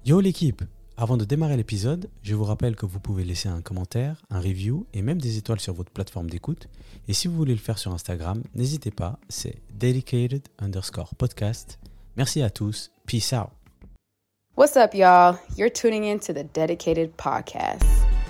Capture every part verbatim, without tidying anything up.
Yo l'équipe, avant de démarrer l'épisode, je vous rappelle que vous pouvez laisser un commentaire, un review et même des étoiles sur votre plateforme d'écoute. Et si vous voulez le faire sur Instagram, n'hésitez pas, c'est dedicated underscore podcast. Merci à tous, peace out. What's up, y'all? You're tuning in to the Dedicated Podcast.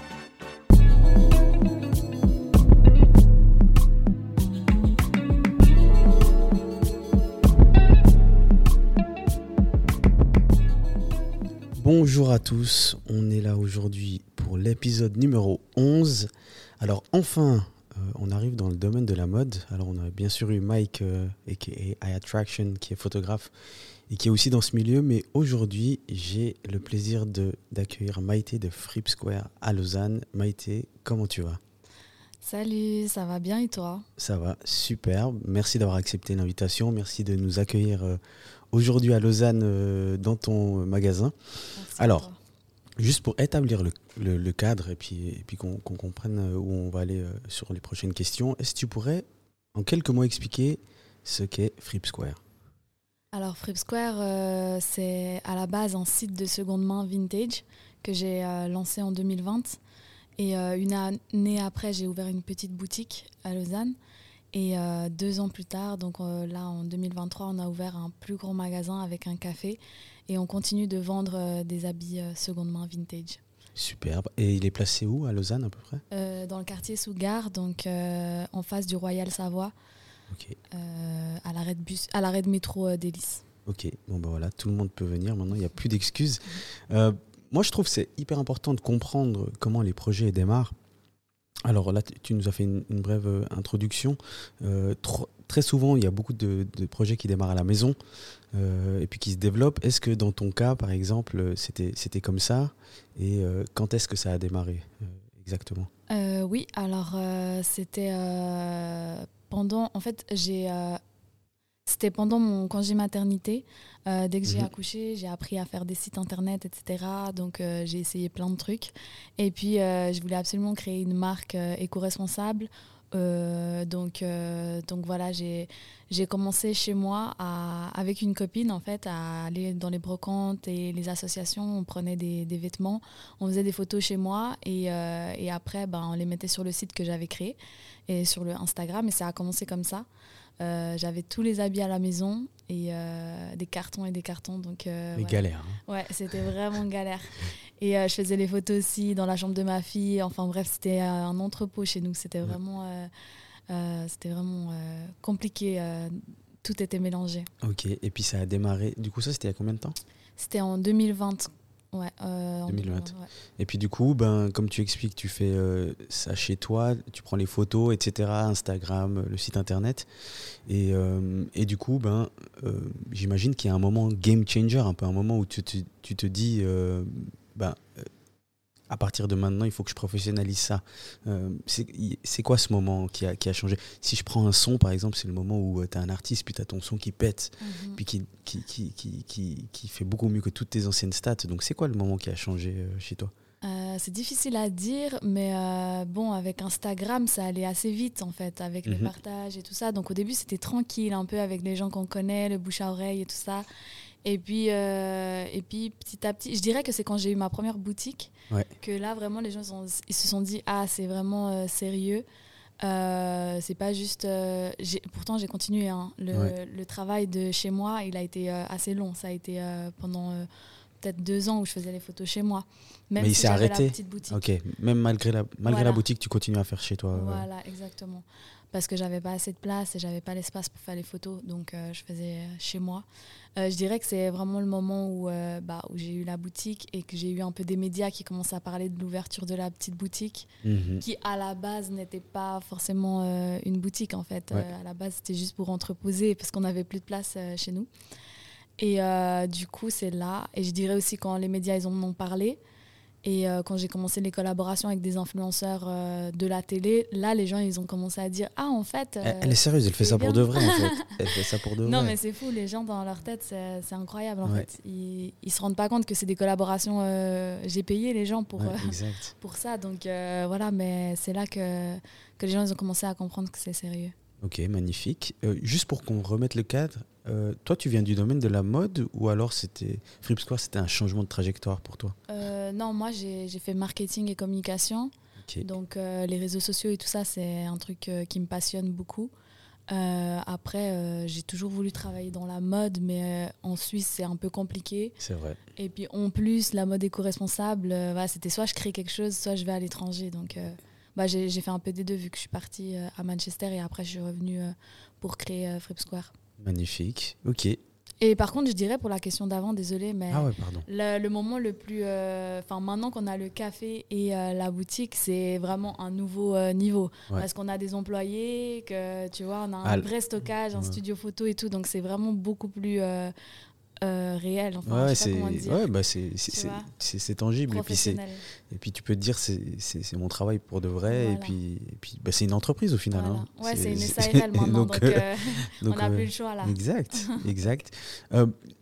Bonjour à tous, on est là aujourd'hui pour l'épisode numéro onze. Alors enfin, euh, on arrive dans le domaine de la mode. Alors on a bien sûr eu Mike, euh, aka Eye Attraction, qui est photographe et qui est aussi dans ce milieu. Mais aujourd'hui, j'ai le plaisir de, d'accueillir Maïté de Fripp Square à Lausanne. Maïté, comment tu vas ? Salut, ça va bien et toi ? Ça va, superbe. Merci d'avoir accepté l'invitation. Merci de nous accueillir euh, aujourd'hui à Lausanne euh, dans ton magasin. Merci. Alors, juste pour établir le, le, le cadre et puis, et puis qu'on, qu'on comprenne où on va aller euh, sur les prochaines questions, est-ce que tu pourrais en quelques mots expliquer ce qu'est Fripp Square ? Alors Fripp Square, euh, c'est à la base un site de seconde main vintage que j'ai euh, lancé en deux mille vingt. Et euh, une année après, j'ai ouvert une petite boutique à Lausanne. Et euh, deux ans plus tard, donc euh, là en deux mille vingt-trois, on a ouvert un plus grand magasin avec un café. Et on continue de vendre euh, des habits euh, seconde main vintage. Superbe. Et il est placé où à Lausanne à peu près ? euh, Dans le quartier sous Gare, donc euh, en face du Royal Savoie, Ok. euh, à l'arrêt de bus, à l'arrêt de métro euh, d'Hélice. Ok, bon ben voilà, tout le monde peut venir. Maintenant, il n'y a plus d'excuses. Euh, moi, je trouve que c'est hyper important de comprendre comment les projets démarrent. Alors là, tu nous as fait une, une brève euh, introduction. Euh, tr- très souvent, il y a beaucoup de, de projets qui démarrent à la maison euh, et puis qui se développent. Est-ce que dans ton cas, par exemple, c'était, c'était comme ça ? Et euh, quand est-ce que ça a démarré euh, exactement ? Euh, oui, alors euh, c'était euh, pendant, en fait, j'ai, euh, c'était pendant mon congé maternité. Euh, dès que j'ai Mhm. accouché, j'ai appris à faire des sites internet, et cetera. Donc euh, j'ai essayé plein de trucs. Et puis euh, je voulais absolument créer une marque euh, éco-responsable. Euh, donc, euh, donc voilà, j'ai, j'ai commencé chez moi à, avec une copine en fait à aller dans les brocantes et les associations. On prenait des, des vêtements, on faisait des photos chez moi et, euh, et après ben, on les mettait sur le site que j'avais créé et sur le Instagram et ça a commencé comme ça. Euh, j'avais tous les habits à la maison et euh, des cartons et des cartons. Donc, euh, Les ouais. galères. Hein. Ouais, c'était vraiment galère. Et euh, je faisais les photos aussi dans la chambre de ma fille. Enfin bref, c'était euh, un entrepôt chez nous. C'était Ouais. vraiment, euh, euh, c'était vraiment euh, compliqué. Euh, tout était mélangé. Ok, et puis ça a démarré. Du coup, ça, c'était il y a combien de temps ? C'était en deux mille vingt. Ouais, euh, en deux mille vingt. deux mille vingt, ouais. Et puis du coup, ben, comme tu expliques, tu fais euh, ça chez toi, tu prends les photos, et cetera, Instagram, le site internet. Et, euh, et du coup, ben, euh, j'imagine qu'il y a un moment game changer, un peu un moment où tu, tu, tu te dis, euh, ben, euh, à partir de maintenant, il faut que je professionnalise ça. Euh, c'est, c'est quoi ce moment qui a, qui a changé ? Si je prends un son, par exemple, c'est le moment où tu as un artiste, puis tu as ton son qui pète, Mhm. puis qui, qui, qui, qui, qui, qui fait beaucoup mieux que toutes tes anciennes stats. Donc, c'est quoi le moment qui a changé euh, chez toi ? Euh, c'est difficile à dire, mais euh, bon, avec Instagram, ça allait assez vite en fait, avec les Mhm. partages et tout ça. Donc au début, c'était tranquille, un peu avec les gens qu'on connaît, le bouche à oreille et tout ça. Et puis, euh, et puis petit à petit, je dirais que c'est quand j'ai eu ma première boutique Ouais. que là, vraiment, les gens sont, ils se sont dit ah, c'est vraiment euh, sérieux. Euh, c'est pas juste. Euh, j'ai, pourtant, j'ai continué. Hein. Le, Ouais. le travail de chez moi, il a été euh, assez long. Ça a été euh, pendant euh, peut-être deux ans où je faisais les photos chez moi. Même Mais il si s'est j'avais arrêté. la petite boutique. Ok, même malgré la, malgré Voilà. la boutique, tu continues à faire chez toi. euh. Voilà, exactement. Parce que j'avais pas assez de place et j'avais pas l'espace pour faire les photos, donc euh, je faisais chez moi. Euh, je dirais que c'est vraiment le moment où, euh, bah, où j'ai eu la boutique et que j'ai eu un peu des médias qui commençaient à parler de l'ouverture de la petite boutique, Mhm. qui à la base n'était pas forcément euh, une boutique en fait. Ouais. Euh, à la base, c'était juste pour entreposer parce qu'on n'avait plus de place euh, chez nous. Et euh, du coup, c'est là. Et je dirais aussi quand les médias ils en ont parlé. Et euh, quand j'ai commencé les collaborations avec des influenceurs euh, de la télé, là, les gens, ils ont commencé à dire « Ah, en fait... euh, Elle, elle est sérieuse, elle fait c'est ça pour bien. de vrai, en fait. Elle fait ça pour de Non, vrai. mais c'est fou, les gens, dans leur tête, c'est, c'est incroyable, en Ouais. fait. Ils ne se rendent pas compte que c'est des collaborations... Euh, j'ai payé les gens pour, Ouais, euh, exact. pour ça. Donc, euh, voilà, mais c'est là que, que les gens ils ont commencé à comprendre que c'est sérieux. Ok, magnifique. Euh, juste pour qu'on remette le cadre, euh, toi, tu viens du domaine de la mode ou alors c'était Fripp Square, c'était un changement de trajectoire pour toi? Euh, non, moi j'ai j'ai fait marketing et communication. Ok, Donc euh, les réseaux sociaux et tout ça, c'est un truc euh, qui me passionne beaucoup. Euh, après, euh, j'ai toujours voulu travailler dans la mode, mais euh, en Suisse, c'est un peu compliqué. c'est vrai. Et puis en plus, la mode éco-responsable, euh, voilà, c'était soit je crée quelque chose, soit je vais à l'étranger. Donc euh, bah, j'ai j'ai fait un peu des deux vu que je suis partie euh, à Manchester et après je suis revenue euh, pour créer euh, Fripp Square. Magnifique. Ok. Et par contre, je dirais pour la question d'avant, désolée, mais Ah ouais, pardon. le, le moment le plus... Enfin, maintenant qu'on a le café et euh, la boutique, c'est vraiment un nouveau euh, niveau. Ouais. Parce qu'on a des employés, que tu vois, on a un Ah, vrai stockage, un ouais. studio photo et tout. Donc, c'est vraiment beaucoup plus euh, euh, réel. Enfin, Ouais, je sais pas comment c'est dire. ouais, bah c'est c'est- Tu c'est- vois, c'est- c'est tangible et puis c'est professionnel. et puis tu peux te dire c'est c'est c'est mon travail pour de vrai et Voilà. puis et puis bah, c'est une entreprise au final, Voilà. hein. Ouais, c'est une c'est- S A R L maintenant. donc, donc, euh, euh, donc, on n'a euh, plus le choix là. exact, exact. Euh,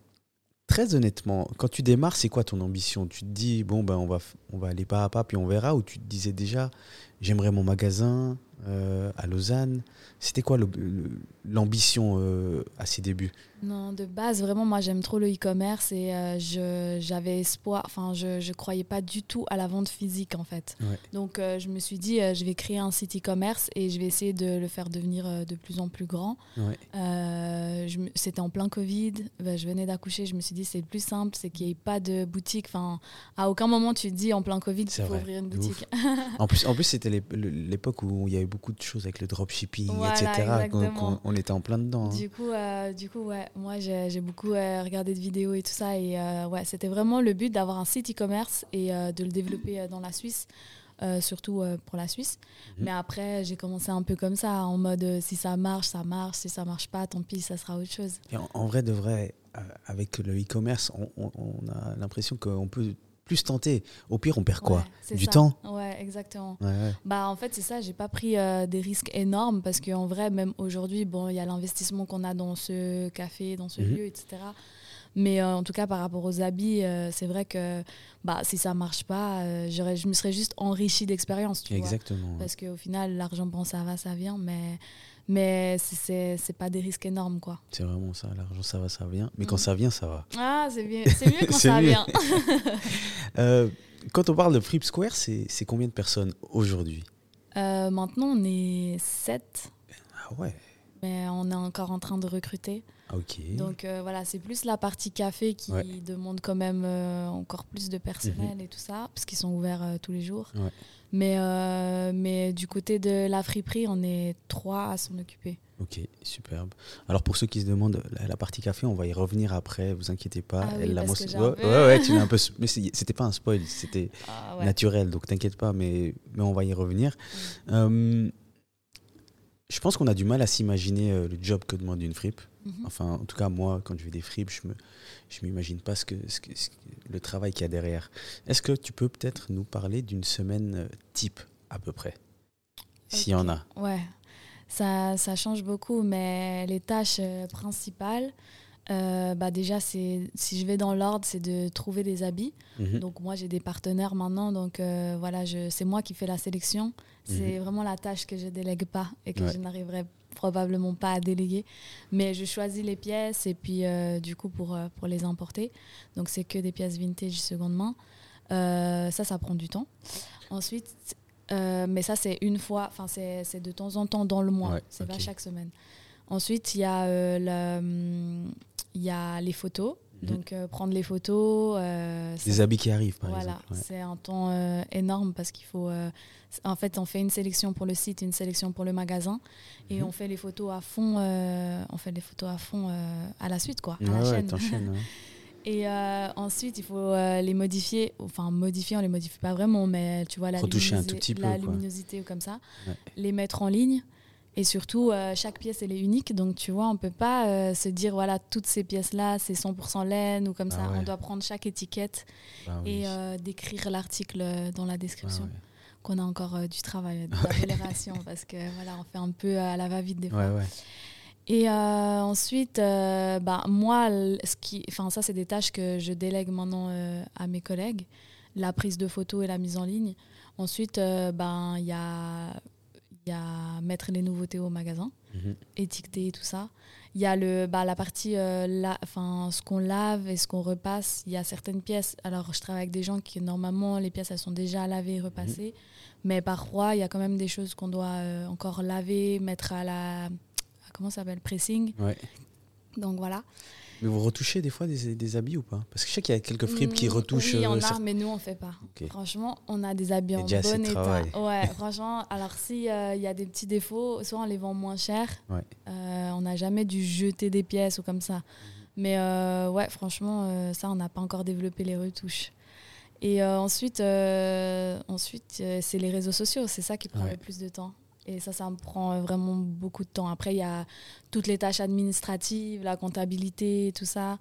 Très honnêtement, quand tu démarres, c'est quoi ton ambition? Tu te dis, bon, ben, on va, f- on va aller pas à pas, puis on verra, ou tu te disais déjà, j'aimerais mon magasin euh, à Lausanne. C'était quoi le- le- l'ambition euh, à ses débuts? Non, de base, vraiment, moi, j'aime trop le e-commerce et euh, je, j'avais espoir, enfin, je ne croyais pas du tout à la vente physique, en fait. Ouais. Donc, euh, je me suis dit, euh, je vais créer un site e-commerce et je vais essayer de le faire devenir euh, de plus en plus grand. Ouais. Euh, je me- c'était en plein Covid, ben, je venais d'accoucher, je me suis dit, c'est le plus simple, c'est qu'il n'y ait pas de boutique. Enfin, à aucun moment, tu te dis, en plein Covid, C'est il faut vrai, ouvrir une de boutique. En plus, en plus c'était l'ép- le- l'époque où il y avait beaucoup de choses avec le dropshipping, Voilà, et cetera. Donc, exactement. on, on était en plein dedans, hein. Du coup, euh, du coup, ouais, moi j'ai j'ai beaucoup euh, regardé de vidéos et tout ça et euh, ouais, c'était vraiment le but d'avoir un site e-commerce et euh, de le développer euh, dans la Suisse, euh, surtout euh, pour la Suisse. Mhm. Mais après, j'ai commencé un peu comme ça, en mode euh, si ça marche, ça marche, si ça marche pas, tant pis, ça sera autre chose. Et en, en vrai, de vrai, euh, avec le e-commerce, on, on- on a l'impression qu'on peut plus tenter. Au pire, on perd quoi? Ouais, c'est Du ça. temps? Ouais, exactement. Ouais, ouais. Bah en fait c'est ça, j'ai pas pris euh, des risques énormes parce qu'en vrai même aujourd'hui bon il y a l'investissement qu'on a dans ce café, dans ce Mhm. lieu, et cetera. Mais euh, en tout cas par rapport aux habits, euh, c'est vrai que bah si ça marche pas, euh, j'aurais, je me serais juste enrichie d'expérience, tu vois. Exactement. ouais. Parce qu'au final l'argent bon ça va, ça vient, mais mais c'est c'est, c'est pas des risques énormes quoi. C'est vraiment ça, l'argent, ça va, ça vient. Mais quand Mhm. ça vient, ça va. Ah c'est bien, c'est mieux quand C'est ça mieux. vient. Euh, quand on parle de Fripp Square, c'est c'est combien de personnes aujourd'hui? Euh, maintenant on est sept, Ah ouais, mais on est encore en train de recruter. ah, ok. Donc euh, voilà, c'est plus la partie café qui Ouais. demande quand même euh, encore plus de personnel et tout ça, parce qu'ils sont ouverts euh, tous les jours. Ouais. Mais, euh, mais du côté de la friperie, on est trois à s'en occuper. Ok, superbe. Alors pour ceux qui se demandent, la, la partie café, on va y revenir après, vous inquiétez pas. Ah oui, Elle l'a parce que mention- j'ai un ouais, peu- ouais, ouais, tu l'as un peu. Mais c'est- c'était pas un spoil, c'était Ah, ouais. naturel, donc t'inquiète pas, mais, mais on va y revenir. Euh, je pense qu'on a du mal à s'imaginer euh, le job que demande une fripe. Mhm. Enfin, en tout cas, moi, quand je fais des fripes, je me, je m'imagine pas ce que, ce que- ce que- le travail qu'il y a derrière. Est-ce que tu peux peut-être nous parler d'une semaine euh, type, à peu près, s'il y en a? Ouais, ça, ça change beaucoup, mais les tâches euh, principales, euh, bah déjà, c'est, si je vais dans l'ordre, c'est de trouver des habits. Mhm. Donc moi, j'ai des partenaires maintenant, donc euh, voilà, je, c'est moi qui fais la sélection. C'est vraiment la tâche que je délègue pas et que Ouais. je n'arriverai probablement pas à déléguer. Mais je choisis les pièces et puis euh, du coup pour, euh, pour les importer. Donc c'est que des pièces vintage seconde main. Euh, ça, ça prend du temps. Ensuite, euh, mais ça c'est une fois, enfin c'est, c'est de temps en temps dans le mois. Ouais, C'est ok. pas chaque semaine. Ensuite, il y a euh, le, hum, il y a les photos. Mhm. Donc euh, prendre les photos. euh, Des ça- habits qui arrivent, par voilà, exemple. ouais. c'est un temps euh, énorme parce qu'il faut. euh, c- en fait, on fait une sélection pour le site, une sélection pour le magasin, et Mhm. on fait les photos à fond. euh, on fait les photos à fond euh, à la suite, quoi, à Ouais, la ouais, chaîne. t'enchaînes, ouais. Et euh, ensuite, il faut euh, les modifier. Enfin, modifier, on les modifie pas vraiment, mais tu vois la, Retoucher un luminosité- tout petit peu, la quoi. luminosité ou comme ça. Ouais. Les mettre en ligne. Et surtout, euh, chaque pièce, elle est unique. Donc, tu vois, on peut pas euh, se dire, voilà, toutes ces pièces-là, c'est cent pour cent laine ou comme Ah ça. ouais. On doit prendre chaque étiquette Bah oui. et euh, d'écrire l'article euh, dans la Ah description. ouais. Qu'on a encore euh, du travail, de l'amélioration, parce que voilà, on fait un peu à la va-vite des fois. Ouais, ouais. Et euh, ensuite, euh, bah, moi, l- ce qui, enfin, ça, c'est des tâches que je délègue maintenant euh, à mes collègues, la prise de photos et la mise en ligne. Ensuite, euh, ben, il y a, il y a mettre les nouveautés au magasin, Mhm. étiqueter tout ça. Il y a le, bah, la partie, euh, la, enfin, ce qu'on lave et ce qu'on repasse. Il y a certaines pièces. Alors, je travaille avec des gens qui, normalement, les pièces, elles sont déjà lavées, repassées. Mhm. Mais parfois, il y a quand même des choses qu'on doit euh, encore laver, mettre à la, à, comment ça s'appelle, pressing. Ouais. Donc, voilà. Mais vous retouchez des fois des, des habits ou pas? Parce que je sais qu'il y a quelques fripes qui retouchent. Oui, il y en euh, a, certains... mais nous, on ne fait pas. Okay. Franchement, on a des habits en déjà bon état. Travail. Ouais, franchement, alors s'il y a des petits défauts, soit on les vend moins cher. Ouais. Euh, on n'a jamais dû jeter des pièces ou comme ça. Mmh. Mais euh, ouais, franchement, euh, ça, on n'a pas encore développé les retouches. Et euh, ensuite, euh, ensuite euh, c'est les réseaux sociaux. C'est ça qui prend ouais. le plus de temps. Et ça, ça me prend vraiment beaucoup de temps. Après, il y a toutes les tâches administratives, la comptabilité, tout ça,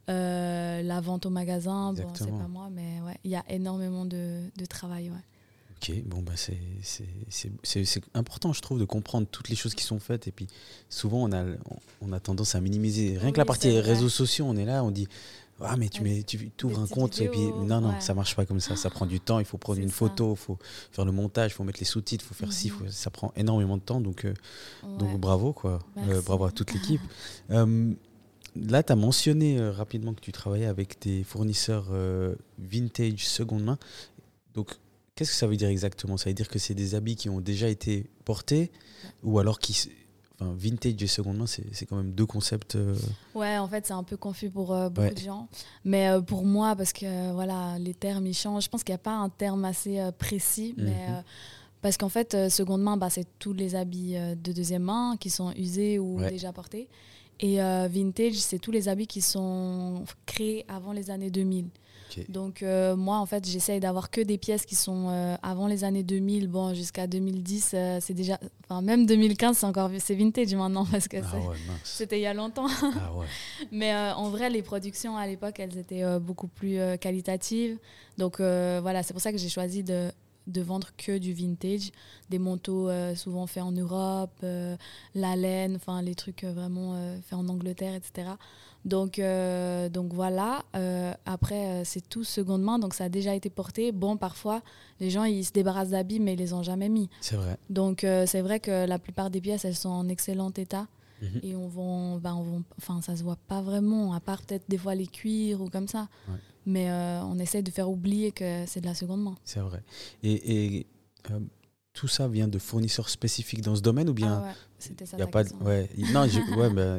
euh, la vente au magasin. Exactement. Bon, c'est pas moi, mais ouais, il y a énormément de, de travail. Ouais. Ok, bon, bah c'est, c'est, c'est, c'est, c'est important, je trouve, de comprendre toutes les choses qui sont faites. Et puis, souvent, on a, on a tendance à minimiser. Rien oui, que la partie réseaux sociaux, on est là, on dit... Ah, mais tu, mets, tu ouvres un compte vidéos, et puis non, non, ouais. ça marche pas comme ça. Ça prend du temps. Il faut prendre c'est une ça. photo, il faut faire le montage, il faut mettre les sous-titres, il faut faire mm-hmm. ci. Faut, ça prend énormément de temps. Donc, euh, ouais. donc bravo, quoi. Euh, bravo à toute l'équipe. euh, là, tu as mentionné euh, rapidement que tu travaillais avec des fournisseurs euh, vintage seconde main. Donc, qu'est-ce que ça veut dire exactement? Ça veut dire que c'est des habits qui ont déjà été portés ouais. ou alors qui. Enfin, vintage et seconde main, c'est, c'est quand même deux concepts. Euh... Ouais, en fait, c'est un peu confus pour euh, beaucoup ouais. de gens. Mais euh, pour moi, parce que euh, voilà, les termes, ils changent. Je pense qu'il n'y a pas un terme assez euh, précis. Mm-hmm. Mais, euh, parce qu'en fait, euh, seconde main, bah, c'est tous les habits euh, de deuxième main qui sont usés ou ouais. déjà portés. Et euh, vintage, c'est tous les habits qui sont créés avant les années deux mille. Okay. Donc euh, moi en fait j'essaye d'avoir que des pièces qui sont euh, avant les années deux mille, bon jusqu'à deux mille dix euh, c'est déjà, enfin même deux mille quinze c'est encore c'est vintage maintenant parce que ah c'est, ouais, c'était il y a longtemps. Ah ouais. Mais euh, en vrai les productions à l'époque elles étaient euh, beaucoup plus euh, qualitatives, donc euh, voilà c'est pour ça que j'ai choisi de de vendre que du vintage, des manteaux euh, souvent faits en Europe, euh, la laine, enfin les trucs euh, vraiment euh, faits en Angleterre, et cetera. Donc, euh, donc voilà, euh, après euh, c'est tout seconde main, donc ça a déjà été porté. Bon, parfois, les gens ils se débarrassent d'habits, mais ils les ont jamais mis. C'est vrai. Donc euh, c'est vrai que la plupart des pièces, elles sont en excellent état. Mmh. Et on vend, ben on vend, enfin ça se voit pas vraiment, à part peut-être des fois les cuirs ou comme ça. Ouais. Mais euh, on essaie de faire oublier que c'est de la seconde main. C'est vrai. Et, et euh, tout ça vient de fournisseurs spécifiques dans ce domaine ou bien ah ouais, c'était ça y a ta pas question. De, ouais, non, je, ouais, bah,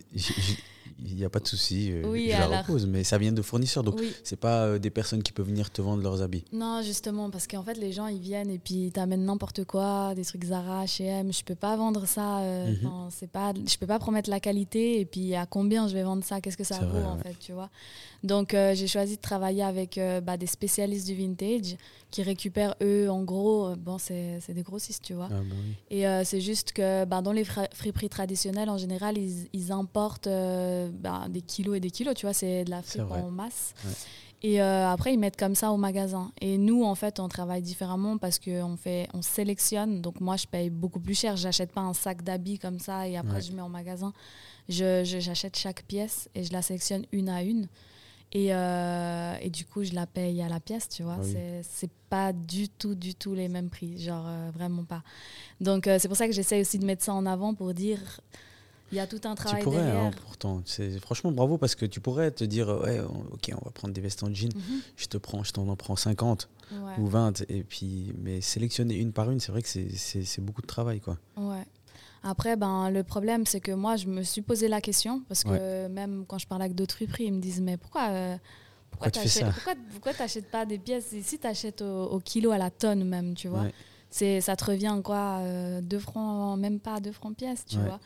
il n'y a pas de souci, euh, oui, je alors... la repose, mais ça vient de fournisseurs, donc oui. c'est pas euh, des personnes qui peuvent venir te vendre leurs habits. Non, justement, parce qu'en fait, les gens, ils viennent et puis ils t'amènent n'importe quoi, des trucs Zara, H et M, je peux pas vendre ça, euh, mm-hmm. c'est pas, je peux pas promettre la qualité, et puis à combien je vais vendre ça, qu'est-ce que ça c'est vaut, vrai, en ouais. fait, tu vois. Donc, euh, j'ai choisi de travailler avec euh, bah, des spécialistes du vintage, qui récupèrent, eux, en gros, euh, bon, c'est, c'est des grossistes, tu vois. Ah, bah oui. Et euh, c'est juste que bah, dans les friperies traditionnelles, en général, ils, ils importent euh, bah, des kilos et des kilos, tu vois, c'est de la fripe en masse. Ouais. Et euh, après, ils mettent comme ça au magasin. Et nous, en fait, on travaille différemment parce qu'on fait, on sélectionne. Donc moi, je paye beaucoup plus cher. J'achète pas un sac d'habits comme ça et après, ouais. je mets en magasin. Je, je, j'achète chaque pièce et je la sélectionne une à une. Et, euh, et du coup, je la paye à la pièce, tu vois. Oui. C'est, c'est pas du tout, du tout les mêmes prix. Genre, euh, vraiment pas. Donc, euh, c'est pour ça que j'essaie aussi de mettre ça en avant pour dire... Il y a tout un travail tu pourrais, derrière. Hein, pourtant. C'est, franchement, bravo, parce que tu pourrais te dire, ouais, ok, on va prendre des vestes en jean, mm-hmm. je te prends, je t'en en prends cinquante ouais. ou vingt, et puis, mais sélectionner une par une, c'est vrai que c'est, c'est, c'est beaucoup de travail, quoi. Ouais. Après, ben, le problème, c'est que moi, je me suis posé la question, parce que ouais. même quand je parle avec d'autres friperies, ils me disent, mais pourquoi... Euh, Pourquoi, pourquoi tu fais ça pourquoi, pourquoi t'achètes pas des pièces? Si t'achètes au, au kilo, à la tonne même, tu vois, ouais. c'est, ça te revient quoi, euh, deux francs, même pas deux francs pièce, tu ouais. vois.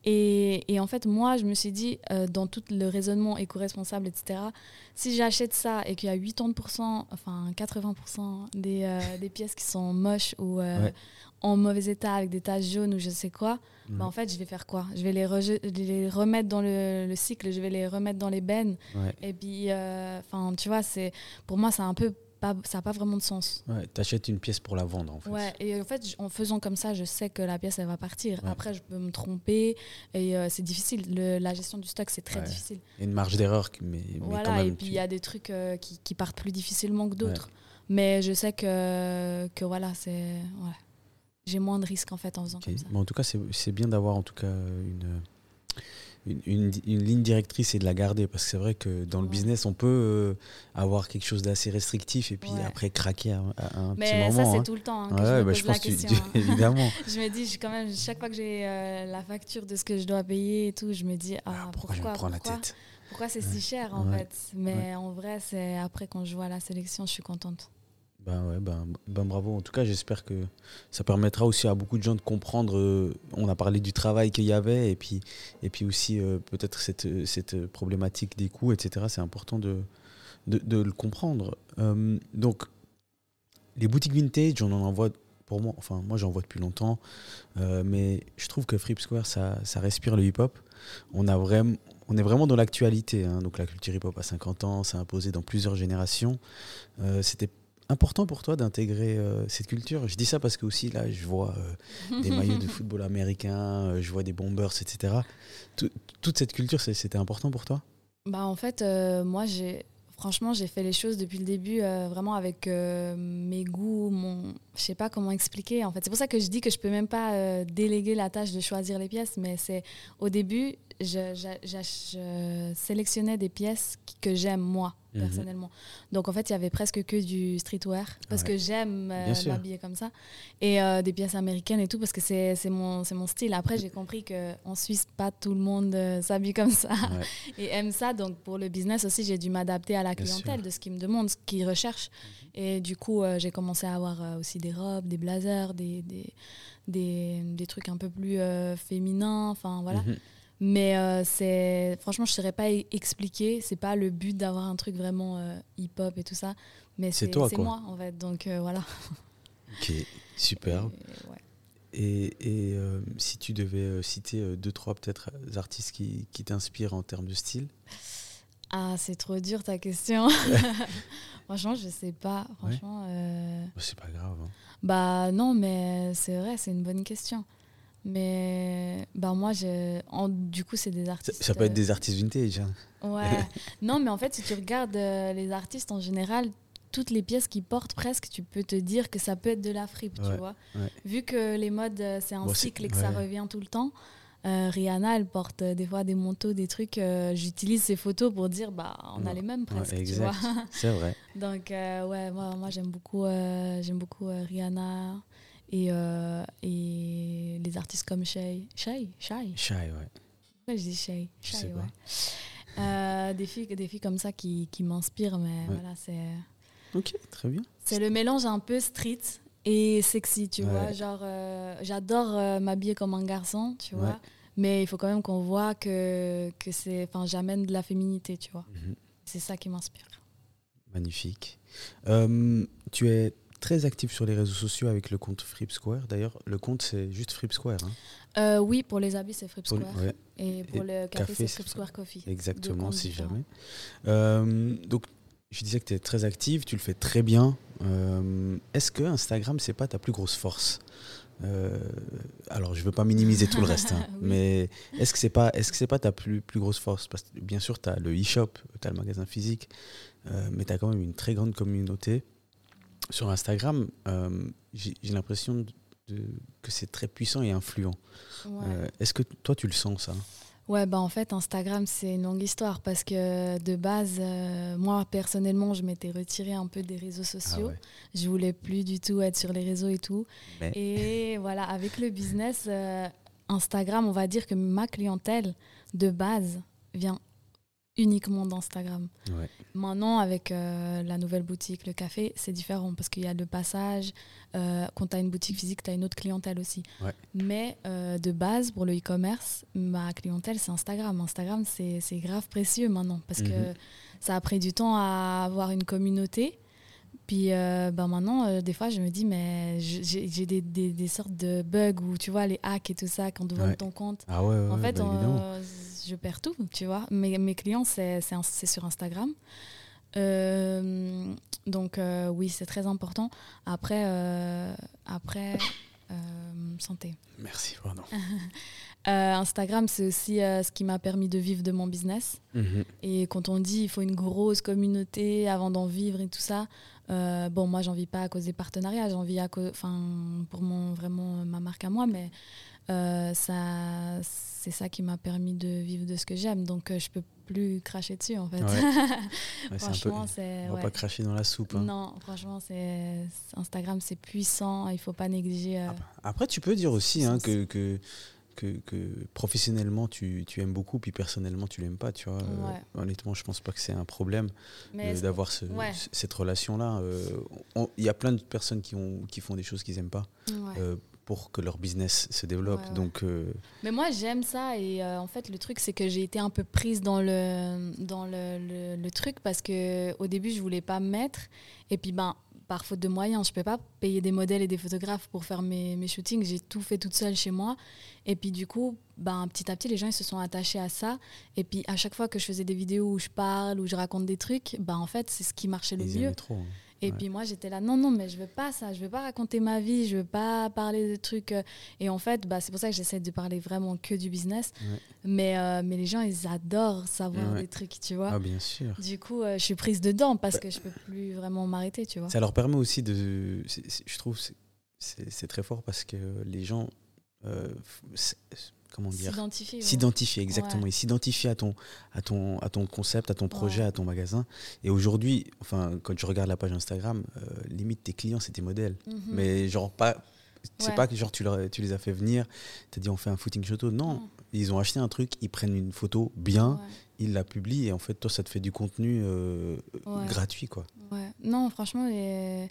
Et, et en fait, moi, je me suis dit, euh, dans tout le raisonnement éco-responsable, et cetera, si j'achète ça et qu'il y a quatre-vingts pour cent, enfin quatre-vingts pour cent des, euh, des pièces qui sont moches ou euh, ouais. en mauvais état avec des taches jaunes ou je sais quoi, mmh. bah en fait, je vais faire quoi? Je vais les, reje- les remettre dans le, le cycle, je vais les remettre dans les bennes. Ouais. Et puis, enfin, euh, tu vois, c'est, pour moi, c'est un peu... Pas, ça n'a pas vraiment de sens. Ouais, t'achètes une pièce pour la vendre en fait. Ouais, et en fait, en faisant comme ça, je sais que la pièce elle va partir. Ouais. Après, je peux me tromper et euh, c'est difficile. Le, la gestion du stock, c'est très ouais. difficile. Il y a une marge d'erreur, mais, mais voilà, quand même. Et puis il tu... y a des trucs euh, qui, qui partent plus difficilement que d'autres. Ouais. Mais je sais que, que voilà, c'est. Ouais. j'ai moins de risques en fait en faisant Okay. comme ça. Mais en tout cas, c'est, c'est bien d'avoir en tout cas une, une, une, une ligne directrice et de la garder, parce que c'est vrai que dans Ouais. le business, on peut euh, avoir quelque chose d'assez restrictif et puis Ouais. après craquer à, à un Mais petit moment. ça, c'est hein. tout le temps hein, que Ouais, je me bah, pose je la pense que tu- question. tu- hein. évidemment. Je me dis, je- quand même, chaque fois que j'ai euh, la facture de ce que je dois payer et tout, je me dis, ah, Ah, pourquoi, pourquoi, je me prends pourquoi, la tête pourquoi c'est Ouais. si cher en Ouais. fait. Mais en vrai, c'est après quand je vois la sélection, je suis contente. Ben ouais, ben, ben bravo. En tout cas, j'espère que ça permettra aussi à beaucoup de gens de comprendre. euh, on a parlé du travail qu'il y avait et puis, et puis aussi euh, peut-être cette, cette problématique des coûts, et cetera. C'est important de, de, de le comprendre. Euh, donc, les boutiques vintage, on en envoie, pour moi, enfin, moi j'en vois depuis longtemps, euh, mais je trouve que Fripp Square, ça, ça respire le hip-hop. On, a vraiment, on est vraiment dans l'actualité. Hein. Donc, la culture hip-hop a cinquante ans, c'est imposé dans plusieurs générations. Euh, c'était important pour toi d'intégrer euh, cette culture? Je dis ça parce que aussi là, je vois euh, des maillots de football américain, euh, je vois des bombers, et cetera. Tout- toute cette culture, c'est- c'était important pour toi? Bah en fait, euh, moi j'ai franchement j'ai fait les choses depuis le début euh, vraiment avec euh, mes goûts, mon je sais pas comment expliquer en fait. C'est pour ça que je dis que je peux même pas euh, déléguer la tâche de choisir les pièces, mais c'est au début je, je- je- je sélectionnais des pièces qui- que j'aime moi Mhm. personnellement. Donc en fait, il y avait presque que du streetwear parce Ouais. que j'aime euh, Bien sûr. m'habiller comme ça et euh, des pièces américaines et tout parce que c'est c'est mon c'est mon style. Après, j'ai compris que en Suisse pas tout le monde euh, s'habille comme ça Ouais. et aime ça. Donc pour le business aussi, j'ai dû m'adapter à la Bien clientèle, sûr. de ce qu'ils me demandent, ce qu'ils recherchent. Et du coup, euh, j'ai commencé à avoir euh, aussi des robes, des blazers, des, des, des, des trucs un peu plus euh, féminins. Enfin voilà. Mhm. Mais euh, c'est franchement, je ne saurais pas e- expliquer. C'est pas le but d'avoir un truc vraiment euh, hip-hop et tout ça. Mais C'est c'est toi, c'est quoi. moi en fait. Donc euh, voilà. Ok, super. Et, ouais. Et, et euh, si tu devais euh, citer euh, deux, trois peut-être euh, artistes qui, qui t'inspirent en termes de style? Ah, c'est trop dur ta question. Franchement, je sais pas. Franchement. euh, Bah, c'est pas grave. hein. Bah non, mais c'est vrai, c'est une bonne question. Mais bah moi, je... en- du coup, c'est des Ça, artistes. ça peut être euh, des artistes vintage. hein. Ouais. Non, mais en fait, si tu regardes euh, les artistes en général, toutes les pièces qu'ils portent presque, tu peux te dire que ça peut être de la fripe, Ouais, tu vois. ouais. Vu que les modes, euh, c'est un Bon, c'est- cycle et que ça ouais. revient tout le temps. euh, Rihanna, elle porte euh, des fois des manteaux, des trucs. euh, J'utilise ces photos pour dire, bah, on a Ouais, les mêmes ouais, presque, tu exact. vois. C'est vrai. Donc, euh, ouais, moi, moi j'aime beaucoup, euh, j'aime beaucoup euh, Rihanna et, euh, et les artistes comme Shay. Shay Shay Shy, ouais. Ouais, je dis Shay. Je Shay, sais pas. ouais. Euh, des, filles, des filles comme ça qui, qui m'inspirent, mais Ouais. voilà, c'est, Ok, très bien. c'est le mélange un peu street et sexy, tu Ouais. vois. Genre, euh, j'adore euh, m'habiller comme un garçon, tu Ouais. vois. Mais il faut quand même qu'on voit que, que c'est, enfin, j'amène de la féminité, tu vois. Mhm. C'est ça qui m'inspire. Magnifique. Euh, tu es très actif sur les réseaux sociaux avec le compte Fripp Square. D'ailleurs, le compte, c'est juste Fripp Square. hein. Euh, oui, pour les habits, c'est Fripp Pour- Square. ouais, Et pour Et le café, café, c'est c'est Fripp Square Coffee. Deux exactement, comptes si différents. jamais. Euh, donc, je disais que tu es très active, tu le fais très bien. Euh, Est-ce que Instagram, c'est pas ta plus grosse force? Euh, alors, je veux pas minimiser tout le reste, hein, Oui. mais est-ce que c'est pas, est-ce que c'est pas ta plus, plus grosse force? Parce que bien sûr, tu as le e-shop, tu as le magasin physique, euh, mais tu as quand même une très grande communauté. Sur Instagram, euh, j'ai j'ai l'impression de- de- que c'est très puissant et influent. Ouais. Euh, Est-ce que toi, tu le sens, ça? Ouais, bah en fait, Instagram, c'est une longue histoire parce que de base, euh, moi, personnellement, je m'étais retirée un peu des réseaux sociaux. Ah ouais. Je voulais plus du tout être sur les réseaux et tout. Mais- Et voilà, avec le business, euh, Instagram, on va dire que ma clientèle de base vient uniquement d'Instagram. Ouais. Maintenant, avec euh, la nouvelle boutique, le café, c'est différent parce qu'il y a le passage. Euh, quand tu as une boutique physique, tu as une autre clientèle aussi. Ouais. Mais euh, de base, pour le e-commerce, ma clientèle, c'est Instagram. Instagram, c'est c'est grave précieux maintenant parce Mhm. que ça a pris du temps à avoir une communauté. Puis euh, ben maintenant, euh, des fois, je me dis, mais je- j'ai j'ai des, des, des sortes de bugs où tu vois, les hacks et tout ça, quand on vole Ouais. ton compte. Ah ouais, ouais, En ouais, fait, bah, évidemment. euh, je perds tout, tu vois. Mes, mes clients, c'est c'est un- c'est sur Instagram. Euh, donc, euh, oui, c'est très important. Après, euh, après euh, santé. Merci, pardon. Euh, Instagram, c'est aussi euh, ce qui m'a permis de vivre de mon business. Mhm. Et quand on dit il faut une grosse communauté avant d'en vivre et tout ça, euh, bon, moi, j'en vis pas à cause des partenariats, j'en vis à cause, enfin, pour mon, vraiment ma marque à moi, mais euh, ça, c'est ça qui m'a permis de vivre de ce que j'aime. Donc, euh, je peux plus cracher dessus, en fait. Ouais. Ouais, c'est un peu- Franchement, c'est... On va ouais. pas cracher dans la soupe. Hein. Non, franchement, c'est Instagram, c'est puissant. Il faut pas négliger. euh, Après, tu peux dire aussi hein, Sens. que, que, que, que professionnellement, tu, tu aimes beaucoup, puis personnellement, tu l'aimes pas. Tu vois. Euh, Ouais. honnêtement, je pense pas que c'est un problème mais euh, est-ce d'avoir ce- ouais. c- cette relation-là. Euh, on- Il y a plein de personnes qui, ont, qui font des choses qu'ils aiment pas que- ouais. euh, pour que leur business se développe. Ouais, ouais. Donc, euh, Mais moi, j'aime ça. Et euh, en fait, le truc, c'est que j'ai été un peu prise dans le, dans le, le, le truc parce qu'au début, je voulais pas me mettre. Et puis, ben, par faute de moyens, je peux pas payer des modèles et des photographes pour faire mes, mes shootings. J'ai tout fait toute seule chez moi. Et puis, du coup, ben, petit à petit, les gens ils se sont attachés à ça. Et puis, à chaque fois que je faisais des vidéos où je parle, où je raconte des trucs, ben, en fait, c'est ce qui marchait le ils mieux. aimaient trop. hein. Et Ouais. puis moi, j'étais là, non, non, mais je veux pas ça, je veux pas raconter ma vie, je veux pas parler de trucs. euh. Et en fait, bah, c'est pour ça que j'essaie de parler vraiment que du business. Ouais. Mais, euh, mais les gens, ils adorent savoir Ouais. des trucs, tu vois. Ah, bien sûr. Du coup, euh, je suis prise dedans parce que je peux plus vraiment m'arrêter, tu vois. Ça leur permet aussi de. c'est- c'est- je trouve c'est- c'est c'est très fort parce que les gens. euh, c'est- comment dire S'identifier. ouais. S'identifier, exactement. Ouais. Ils s'identifient à ton, à, ton, à ton concept, à ton projet, Ouais. à ton magasin. Et aujourd'hui, enfin, quand je regarde la page Instagram, euh, limite tes clients, c'est tes modèles. Mhm. Mais genre, pas. C'est Ouais. pas que genre tu, leur- tu les as fait venir, tu as dit on fait un footing photo. Non, Non. ils ont acheté un truc, ils prennent une photo bien, Ouais. ils la publient et en fait, toi, ça te fait du contenu euh, Ouais. gratuit, quoi. Ouais. Non, franchement, les-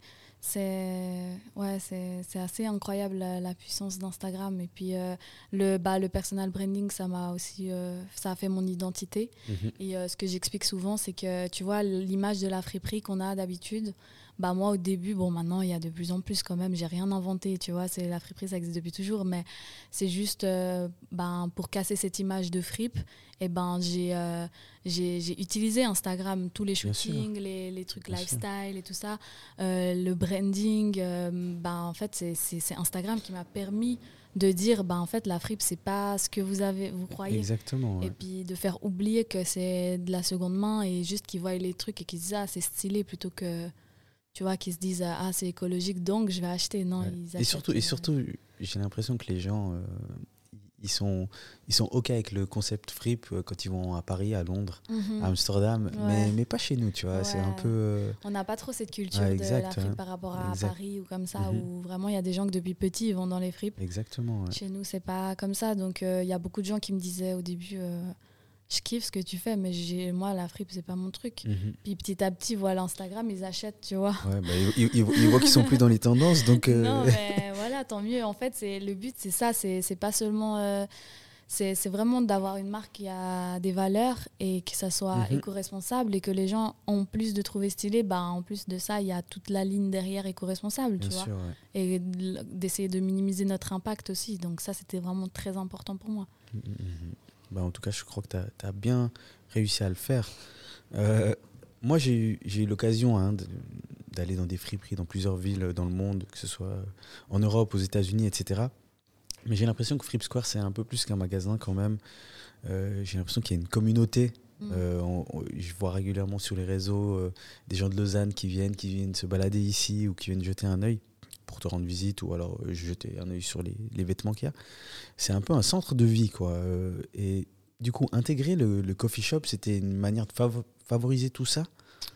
c'est ouais, c'est c'est assez incroyable la, la puissance d'Instagram. Et puis euh, le bah, le personal branding, ça m'a aussi euh, ça a fait mon identité. Mhm. Et euh, ce que j'explique souvent, c'est que tu vois l'image de la friperie qu'on a d'habitude. Bah moi au début, bon maintenant il y a de plus en plus quand même. J'ai rien inventé, tu vois. C'est la friperie, ça existe depuis toujours, mais c'est juste euh, ben pour casser cette image de fripe. Et ben j'ai euh, j'ai j'ai utilisé Instagram, tous les Bien sûr. shootings, les, les trucs Bien sûr. lifestyle et tout ça, euh, le branding. euh, ben en fait c'est c'est c'est Instagram qui m'a permis de dire ben en fait la fripe c'est pas ce que vous avez vous croyez. Exactement. ouais. Et puis de faire oublier que c'est de la seconde main et juste qu'ils voient les trucs et qu'ils se disent ah c'est stylé plutôt que tu vois qu'ils se disent ah c'est écologique donc je vais acheter. Non, Ouais. ils Et achètent, surtout, et euh, surtout j'ai l'impression que les gens, euh, ils, sont, ils sont OK avec le concept fripe euh, quand ils vont à Paris, à Londres, mhm. à Amsterdam, Ouais. mais, mais pas chez nous, tu vois. C'est un Ouais. peu. euh, On n'a pas trop cette culture Ouais, de exact, la fripe hein. par rapport à Exact. Paris ou comme ça Mhm. où vraiment il y a des gens que depuis petits ils vont dans les fripes. Exactement. ouais. Chez nous c'est pas comme ça donc euh, il y a beaucoup de gens qui me disaient au début euh, je kiffe ce que tu fais mais j'ai moi la fripe c'est pas mon truc. Mhm. Puis petit à petit voilà Instagram ils achètent tu vois. Ouais, bah, ils, ils- ils voient qu'ils sont plus dans les tendances, donc. euh, Non, mais voilà, tant mieux. En fait, c'est le but, c'est ça. C'est c'est pas seulement. euh, c'est c'est vraiment d'avoir une marque qui a des valeurs et que ça soit Mhm. éco-responsable et que les gens, en plus de trouver stylé, bah, en plus de ça, il y a toute la ligne derrière éco-responsable, Bien tu vois. sûr, ouais. Et de- d'essayer de minimiser notre impact aussi. Donc ça, c'était vraiment très important pour moi. Mhm, mhm. Bah, en tout cas, je crois que tu as bien réussi à le faire. Euh, moi, j'ai eu, j'ai eu l'occasion hein, de- d'aller dans des friperies dans plusieurs villes dans le monde, que ce soit en Europe, aux États-Unis, et cetera. Mais j'ai l'impression que Fripe Square, c'est un peu plus qu'un magasin quand même. Euh, j'ai l'impression qu'il y a une communauté. Mm. Euh, on- on- je vois régulièrement sur les réseaux euh, des gens de Lausanne qui viennent, qui viennent se balader ici ou qui viennent jeter un œil pour te rendre visite ou alors euh, jeter un œil sur les, les vêtements qu'il y a. C'est un peu un centre de vie, quoi. Euh, et du coup, intégrer le, le coffee shop, c'était une manière de favo- favoriser tout ça.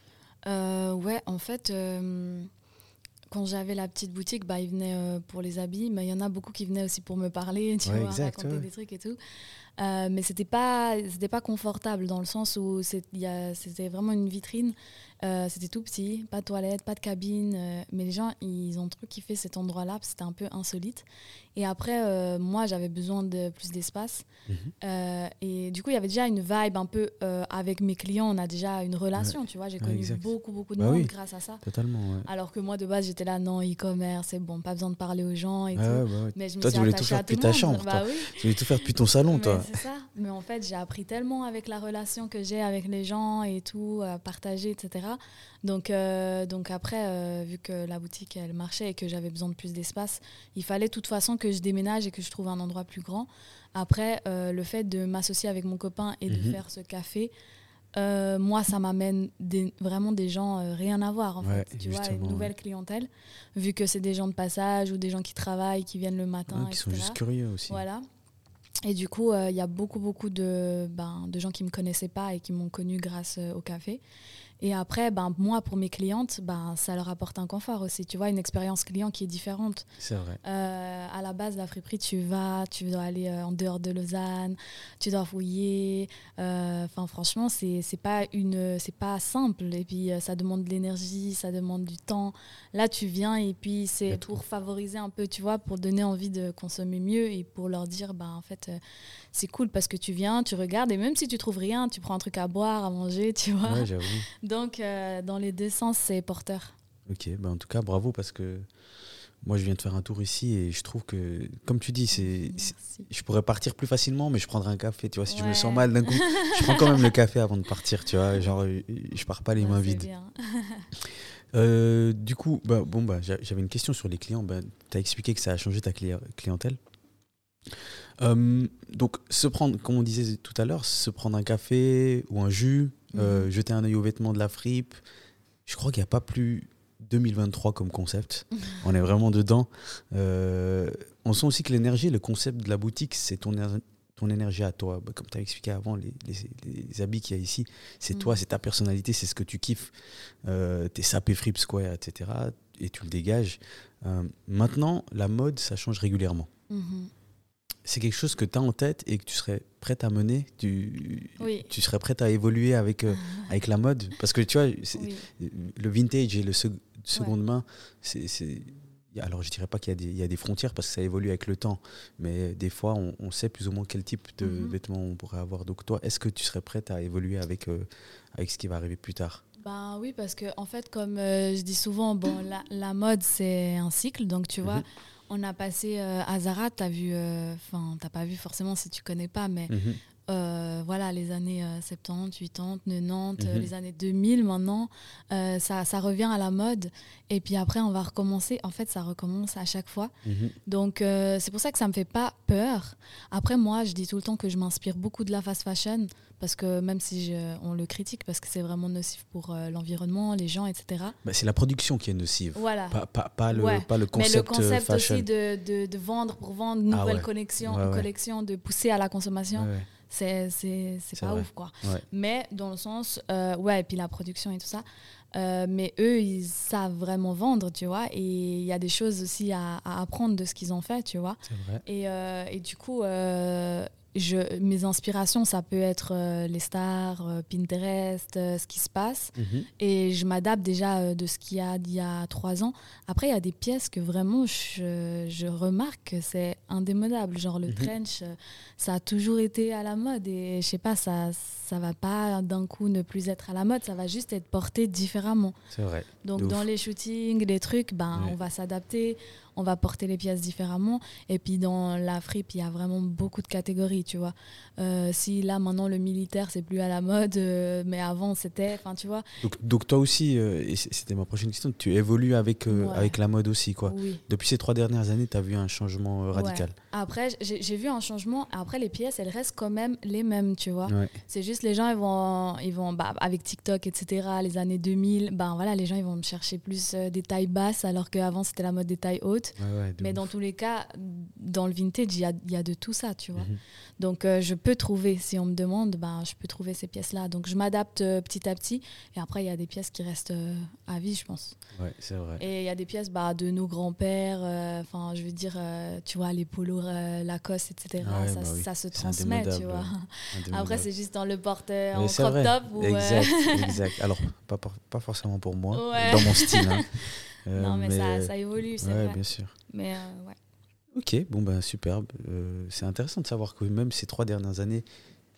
Euh, ouais, en fait, euh, quand j'avais la petite boutique, bah, ils venaient euh, pour les habits, mais il y en a beaucoup qui venaient aussi pour me parler, tu Ouais, vois, exact, raconter ouais. des trucs et tout. Euh, mais c'était pas, c'était pas confortable dans le sens où c'est- il y a- c'était vraiment une vitrine. Euh, c'était tout petit, pas de toilette, pas de cabine. euh, mais les gens, ils ont trop kiffé cet endroit-là, parce que c'était un peu insolite. Et après, euh, moi, j'avais besoin de plus d'espace. Mhm. Euh, et du coup, il y avait déjà une vibe un peu euh, avec mes clients. On a déjà une relation, tu vois. J'ai Ouais, connu exact. beaucoup, beaucoup de Bah monde oui. grâce à ça. Totalement, ouais. Alors que moi, de base, j'étais là, non, e-commerce, c'est bon, pas besoin de parler aux gens et Ah tout. ouais, bah ouais. Mais je me Toi, suis tu voulais tout attachée faire à depuis le ta monde. chambre, Bah toi. oui. Tu voulais tout faire depuis ton salon, Mais toi. c'est ça. Mais en fait, j'ai appris tellement avec la relation que j'ai avec les gens et tout, à partager, et cetera. Donc, euh, donc après, euh, vu que la boutique, elle marchait et que j'avais besoin de plus d'espace, il fallait de toute façon que je déménage et que je trouve un endroit plus grand. Après, euh, le fait de m'associer avec mon copain et de Mhm. faire ce café, euh, moi, ça m'amène des, vraiment des gens euh, rien à voir, en Ouais, fait. Tu vois, justement, une nouvelle ouais. clientèle, vu que c'est des gens de passage ou des gens qui travaillent, qui viennent le matin, Ouais, qui sont et cetera. juste curieux aussi. Voilà. Et du coup, il euh, y a beaucoup, beaucoup de, ben, de gens qui ne me connaissaient pas et qui m'ont connue grâce euh, au café. Et après, ben, moi, pour mes clientes, ben, ça leur apporte un confort aussi. Tu vois, une expérience client qui est différente. C'est vrai. Euh, à la base, la friperie, tu vas, tu dois aller euh, en dehors de Lausanne, tu dois fouiller. Enfin, euh, franchement, c'est c'est pas une, c'est pas simple. Et puis, euh, ça demande de l'énergie, ça demande du temps. Là, tu viens et puis c'est Et pour tout. favoriser un peu, tu vois, pour donner envie de consommer mieux et pour leur dire, ben, en fait, euh, c'est cool parce que tu viens, tu regardes et même si tu trouves rien, tu prends un truc à boire, à manger, tu vois. Ouais, j'avoue. Donc, euh, dans les deux sens, c'est porteur. Ok, bah en tout cas, bravo parce que moi, je viens de faire un tour ici et je trouve que, comme tu dis, c'est, c'est- Merci. je pourrais partir plus facilement, mais je prendrais un café. Tu vois, si je me Ouais. sens mal d'un coup, je prends quand même le café avant de partir. Tu vois, genre, euh, je pars pas les Ouais, mains c'est vides. bien. Euh, du coup, bah, bon, bah, j'a- j'avais une question sur les clients. Bah, tu as expliqué que ça a changé ta cli- clientèle. Euh, donc, se prendre, comme on disait tout à l'heure, se prendre un café ou un jus, euh, Mhm. jeter un œil aux vêtements de la fripe. Je crois qu'il n'y a pas plus deux mille vingt-trois comme concept. On est vraiment dedans. Euh, on sent aussi que l'énergie, le concept de la boutique, c'est ton, éner- ton énergie à toi. Bah, comme tu as expliqué avant, les, les- les habits qu'il y a ici, c'est Mhm. toi, c'est ta personnalité, c'est ce que tu kiffes. Euh, t'es sapé Fripe Square, et cetera. Et tu le dégages. Euh, maintenant, la mode, ça change régulièrement. Mhm. C'est quelque chose que tu as en tête et que tu serais prête à mener, tu, Oui. tu serais prête à évoluer avec, euh, avec la mode. Parce que tu vois, c'est- Oui. le vintage et le sec- seconde main, c'est, c'est- alors je dirais pas qu'il y a, des, il y a des frontières parce que ça évolue avec le temps, mais des fois on, on sait plus ou moins quel type de Mhm. vêtements on pourrait avoir. Donc toi, est-ce que tu serais prête à évoluer avec, euh, avec ce qui va arriver plus tard? Ben oui, parce que en fait, comme euh, je dis souvent, bon, la, la mode, c'est un cycle. Donc, tu vois, Mhm. on a passé euh, à Zara, t'as vu, enfin, t'as pas vu forcément si tu connais pas, mais Mhm. euh, voilà, les années euh, soixante-dix, quatre-vingts, quatre-vingt-dix, euh, Mhm. les années deux mille maintenant, euh, ça, ça revient à la mode. Et puis après, on va recommencer. En fait, ça recommence à chaque fois. Mhm. Donc, euh, c'est pour ça que ça me fait pas peur. Après, moi, je dis tout le temps que je m'inspire beaucoup de la fast fashion, parce que même si je- on le critique, parce que c'est vraiment nocif pour euh, l'environnement, les gens, et cetera. Bah, c'est la production qui est nocive, Voilà. pas, pas, pas, le, Ouais. pas le Mais concept, le concept euh, fashion. aussi de, de, de vendre pour vendre, Ah nouvelles ouais. connexions, Ouais, ouais. collections, de pousser à la consommation, Ouais, ouais. c'est, c'est, c'est C'est pas vrai. ouf, quoi. Ouais. Mais dans le sens, euh, ouais, et puis la production et tout ça. Euh, mais eux, ils savent vraiment vendre, tu vois. Et il y a des choses aussi à, à apprendre de ce qu'ils ont fait, tu vois. C'est vrai. Et, euh, et du coup, euh, je, mes inspirations, ça peut être euh, les stars, euh, Pinterest, euh, ce qui se passe. Mhm. Et je m'adapte déjà euh, de ce qu'il y a d'il y a trois ans. Après, il y a des pièces que vraiment, je, je remarque que c'est indémodable. Genre le Mhm. trench, euh, ça a toujours été à la mode. Et je sais pas, ça ça va pas d'un coup ne plus être à la mode. Ça va juste être porté différemment. C'est vrai. Donc De dans ouf. les shootings, les trucs, ben, Ouais. on va s'adapter, on va porter les pièces différemment. Et puis dans la fripe, il y a vraiment beaucoup de catégories, tu vois. Euh, si là maintenant le militaire, c'est plus à la mode, euh, mais avant c'était, enfin tu vois. Donc, donc toi aussi, euh, et c- c'était ma prochaine question, tu évolues avec, euh, Ouais. avec la mode aussi, quoi. Oui. Depuis ces trois dernières années, tu as vu un changement euh, radical. Ouais. Après, j'ai j'ai vu un changement. Après, les pièces, elles restent quand même les mêmes, tu vois. Ouais. C'est juste les gens, ils vont, ils vont bah, avec TikTok, et cetera, les années deux mille, ben voilà, les gens, ils vont me chercher plus euh, des tailles basses, alors qu'avant, c'était la mode des tailles hautes. Ouais, ouais, de Mais ouf. dans tous les cas, dans le vintage, il y a, il y a de tout ça, tu vois. Mhm. Donc, euh, je peux trouver, si on me demande, ben, je peux trouver ces pièces-là. Donc, je m'adapte euh, petit à petit. Et après, il y a des pièces qui restent euh, à vie, je pense. Ouais, c'est vrai. Et il y a des pièces bah, de nos grands-pères, enfin, je veux dire, euh, tu vois, les polos euh, Lacoste, et cetera. Ouais, ça, bah oui. ça se C'est transmet, tu indémodable, vois. Indémodable. Après, c'est juste dans le porter Mais en c'est crop vrai. top. Ou, euh, Exact, exact. Alors, pas, por- pas forcément pour moi, Ouais. dans mon style. Hein. Euh, non, mais, ça, ça évolue, c'est ouais, vrai. bien sûr. Mais euh, ouais. Ok, bon ben superbe. Euh, c'est intéressant de savoir que même ces trois dernières années,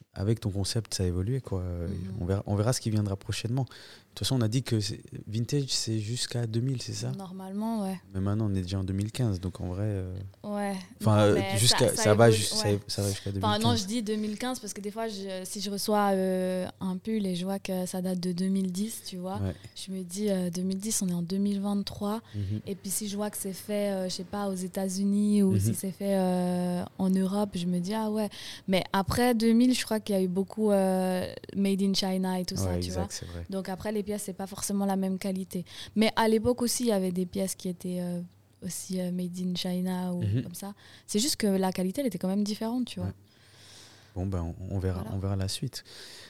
avec ton concept, ça a évolué, quoi. Mhm. On verra, on verra ce qui viendra prochainement. De toute façon, on a dit que c'est- vintage, c'est jusqu'à deux mille, c'est ça? Normalement, ouais. Mais maintenant, on est déjà en deux mille quinze, donc en vrai... euh, Ouais. Enfin, Non, euh, mais jusqu'à, ça, ça, ça va, évolue, jus- ça, ouais. ça va jusqu'à deux mille quinze. Enfin, non, je dis deux mille quinze parce que des fois, je- si je reçois euh, un pull et je vois que ça date de deux mille dix, tu vois, Ouais. je me dis euh, deux mille dix, on est en deux mille vingt-trois. Mhm. Et puis si je vois que c'est fait, euh, je sais pas, aux États-Unis ou Mhm. si c'est fait euh, en Europe, je me dis ah ouais. Mais après deux mille, je crois qu'il y a eu beaucoup euh, made in China et tout ça, Ouais, tu vois. exact, c'est vrai. Donc après, les pièces, c'est pas forcément la même qualité. Mais à l'époque aussi, il y avait des pièces qui étaient euh, aussi euh, made in China ou Mhm. comme ça. C'est juste que la qualité, elle était quand même différente, tu vois. Ouais. Bon, ben, on, on verra, Voilà. on verra la suite.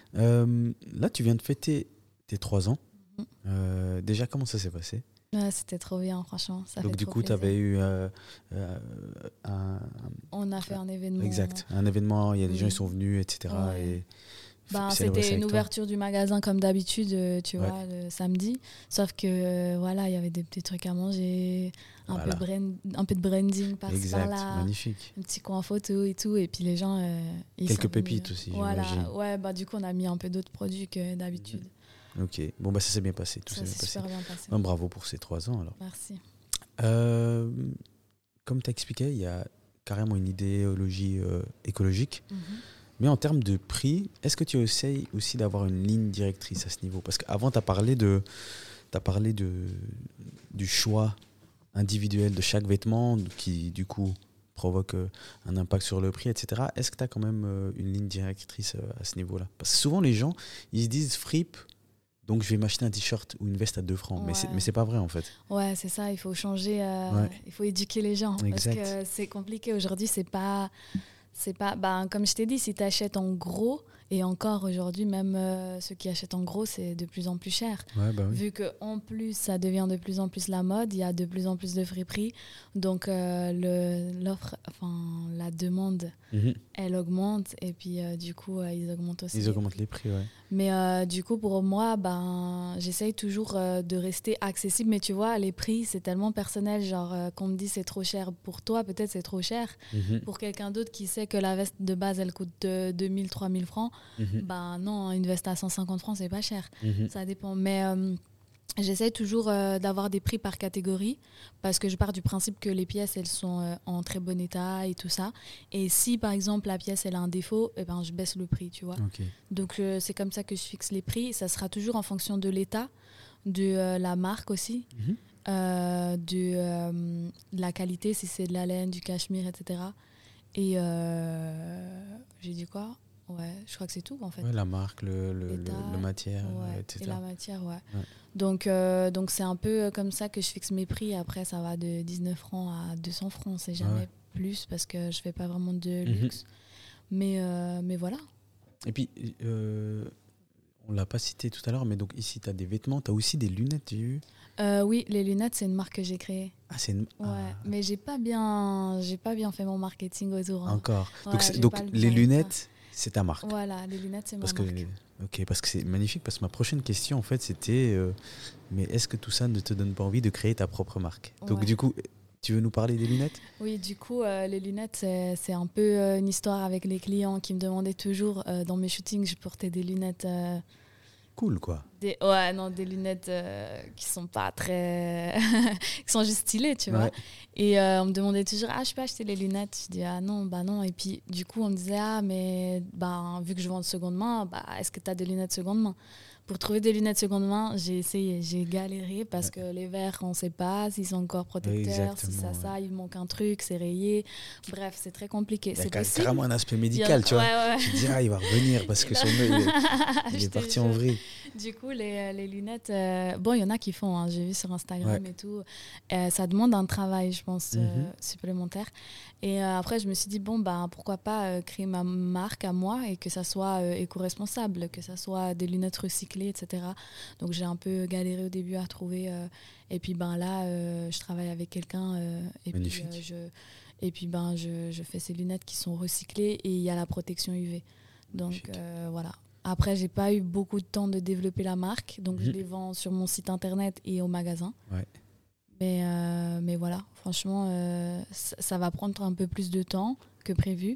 Euh, là, tu viens de fêter tes trois ans. Mhm. Euh, déjà, comment ça s'est passé? Ouais, c'était trop bien, franchement. Ça Donc, fait du trop coup, tu plaisir. avais eu euh, euh, un, On a fait un événement. exact, un événement, il y a des gens Mhm. qui sont venus, et cetera. Ouais. Et f- Ben, célébrer ça c'était une avec toi. ouverture du magasin comme d'habitude, euh, tu Ouais. vois, le samedi. Sauf que euh, voilà, il y avait des petits trucs à manger, un, Voilà. peu, de brand- un peu de branding par-ci Exact, par-là, magnifique. un petit coin photo et tout. Et puis les gens, euh, ils Quelques sont venus. pépites aussi, Voilà, j'imagine. ouais, bah du coup on a mis un peu d'autres produits que d'habitude. Ok, bon, bah, ça s'est bien passé. Tout Ça s'est bien s'est passé. super bien passé. Ben, bravo pour ces trois ans, alors. Merci. Euh, comme tu as expliqué, il y a carrément une idéologie euh, écologique. Mhm. Mais en termes de prix, est-ce que tu essayes aussi d'avoir une ligne directrice à ce niveau? Parce qu'avant, tu as parlé, de, t'as parlé de, du choix individuel de chaque vêtement qui, du coup, provoque euh, un impact sur le prix, et cetera. Est-ce que tu as quand même euh, une ligne directrice euh, à ce niveau-là? Parce que souvent, les gens, ils se disent fripe, donc je vais m'acheter un t-shirt ou une veste à deux francs. Mais c'est, Ouais. mais c'est pas vrai, en fait. Ouais, c'est ça, il faut changer, euh, Ouais. il faut éduquer les gens. Exact. Parce que c'est compliqué aujourd'hui, c'est pas. C'est pas ben, comme je t'ai dit, si tu achètes en gros, et encore aujourd'hui, même euh, ceux qui achètent en gros, c'est de plus en plus cher. Ouais, bah oui. Vu qu'en plus, ça devient de plus en plus la mode, il y a de plus en plus de friperies. Donc, euh, le, l'offre, enfin, la demande, Mhm. elle augmente. Et puis, euh, du coup, euh, ils augmentent aussi. Ils augmentent les prix, ouais. Mais euh, du coup, pour moi, ben, j'essaye toujours euh, de rester accessible. Mais tu vois, les prix, c'est tellement personnel. Genre, euh, qu'on me dit c'est trop cher pour toi, peut-être c'est trop cher. Mhm. Pour quelqu'un d'autre qui sait que la veste de base, elle coûte de deux mille, trois mille francs, Mhm. ben non, une veste à cent cinquante francs, c'est pas cher. Mhm. Ça dépend. Mais euh, j'essaie toujours euh, d'avoir des prix par catégorie parce que je pars du principe que les pièces, elles sont euh, en très bon état et tout ça. Et si, par exemple, la pièce, elle a un défaut, eh ben, je baisse le prix, tu vois. Ok. Donc, euh, c'est comme ça que je fixe les prix. Ça sera toujours en fonction de l'état, de euh, la marque aussi, Mhm. euh, de, euh, de la qualité, si c'est de la laine, du cachemire, et cetera. Et euh, j'ai dit quoi? Ouais, je crois que c'est tout, en fait. Ouais, la marque, le, le, le, L'état, le matière, Ouais, euh, et et cetera. la matière, ouais. Ouais. Donc, euh, donc c'est un peu comme ça que je fixe mes prix. Après, ça va de dix-neuf francs à deux cents francs. C'est jamais Ouais. plus parce que je fais pas vraiment de Mhm. luxe. Mais, euh, mais voilà. Et puis, euh, on l'a pas cité tout à l'heure, mais donc ici, tu as des vêtements, tu as aussi des lunettes, j'ai vu. Euh, oui, les lunettes, c'est une marque que j'ai créée. Ah, c'est une... Ouais, ah, mais j'ai pas bien, j'ai pas bien fait mon marketing autour. hein. encore. Ouais, donc, c'est- j'ai donc pas le les temps, lunettes, c'est ta marque. Voilà, les lunettes, c'est ma Parce que, marque. ok, parce que c'est magnifique, parce que ma prochaine question, en fait, c'était, euh, mais est-ce que tout ça ne te donne pas envie de créer ta propre marque? Donc, Ouais. du coup, tu veux nous parler des lunettes? Oui, du coup, euh, les lunettes, c'est, c'est un peu euh, une histoire avec les clients qui me demandaient toujours, euh, dans mes shootings, je portais des lunettes... euh, Cool, quoi. Des, ouais, non, des lunettes euh, qui sont pas très. qui sont juste stylées, tu vois. Ouais. Et euh, on me demandait toujours, ah, je peux acheter les lunettes? Je dis, ah non, bah non. Et puis, du coup, on me disait, ah, mais bah, vu que je vends de seconde main, bah, est-ce que tu as des lunettes seconde main? Pour trouver des lunettes seconde main, j'ai essayé, j'ai galéré parce que les verres, on sait pas s'ils sont encore protecteurs, si ça, Exactement, ça, ouais. il manque un truc, c'est rayé. Bref, c'est très compliqué. Il y a C'est ca- possible. carrément un aspect Il y a- médical, tu vois. Ouais, ouais. Tu te dis, ah, il va revenir parce que son œil, il est, il Je est te parti en jure. vrille. Du coup, les, les lunettes, euh, bon, il y en a qui font, hein, j'ai vu sur Instagram Ouais. et tout. Euh, ça demande un travail, je pense, euh, Mhm. supplémentaire. Et euh, après, je me suis dit, bon, bah, pourquoi pas euh, créer ma marque à moi et que ça soit euh, éco-responsable, que ça soit des lunettes recyclées, et cetera. Donc, j'ai un peu galéré au début à trouver. euh, et puis, ben là, euh, je travaille avec quelqu'un. euh, et Magnifique. puis, euh, je, et puis ben, je, je fais ces lunettes qui sont recyclées et il y a la protection U V. Donc, Magnifique. euh, voilà. Après, j'ai pas eu beaucoup de temps de développer la marque, donc je Mhm. les vends sur mon site internet et au magasin. Ouais. Mais, euh, mais voilà, franchement, euh, ça, ça va prendre un peu plus de temps que prévu.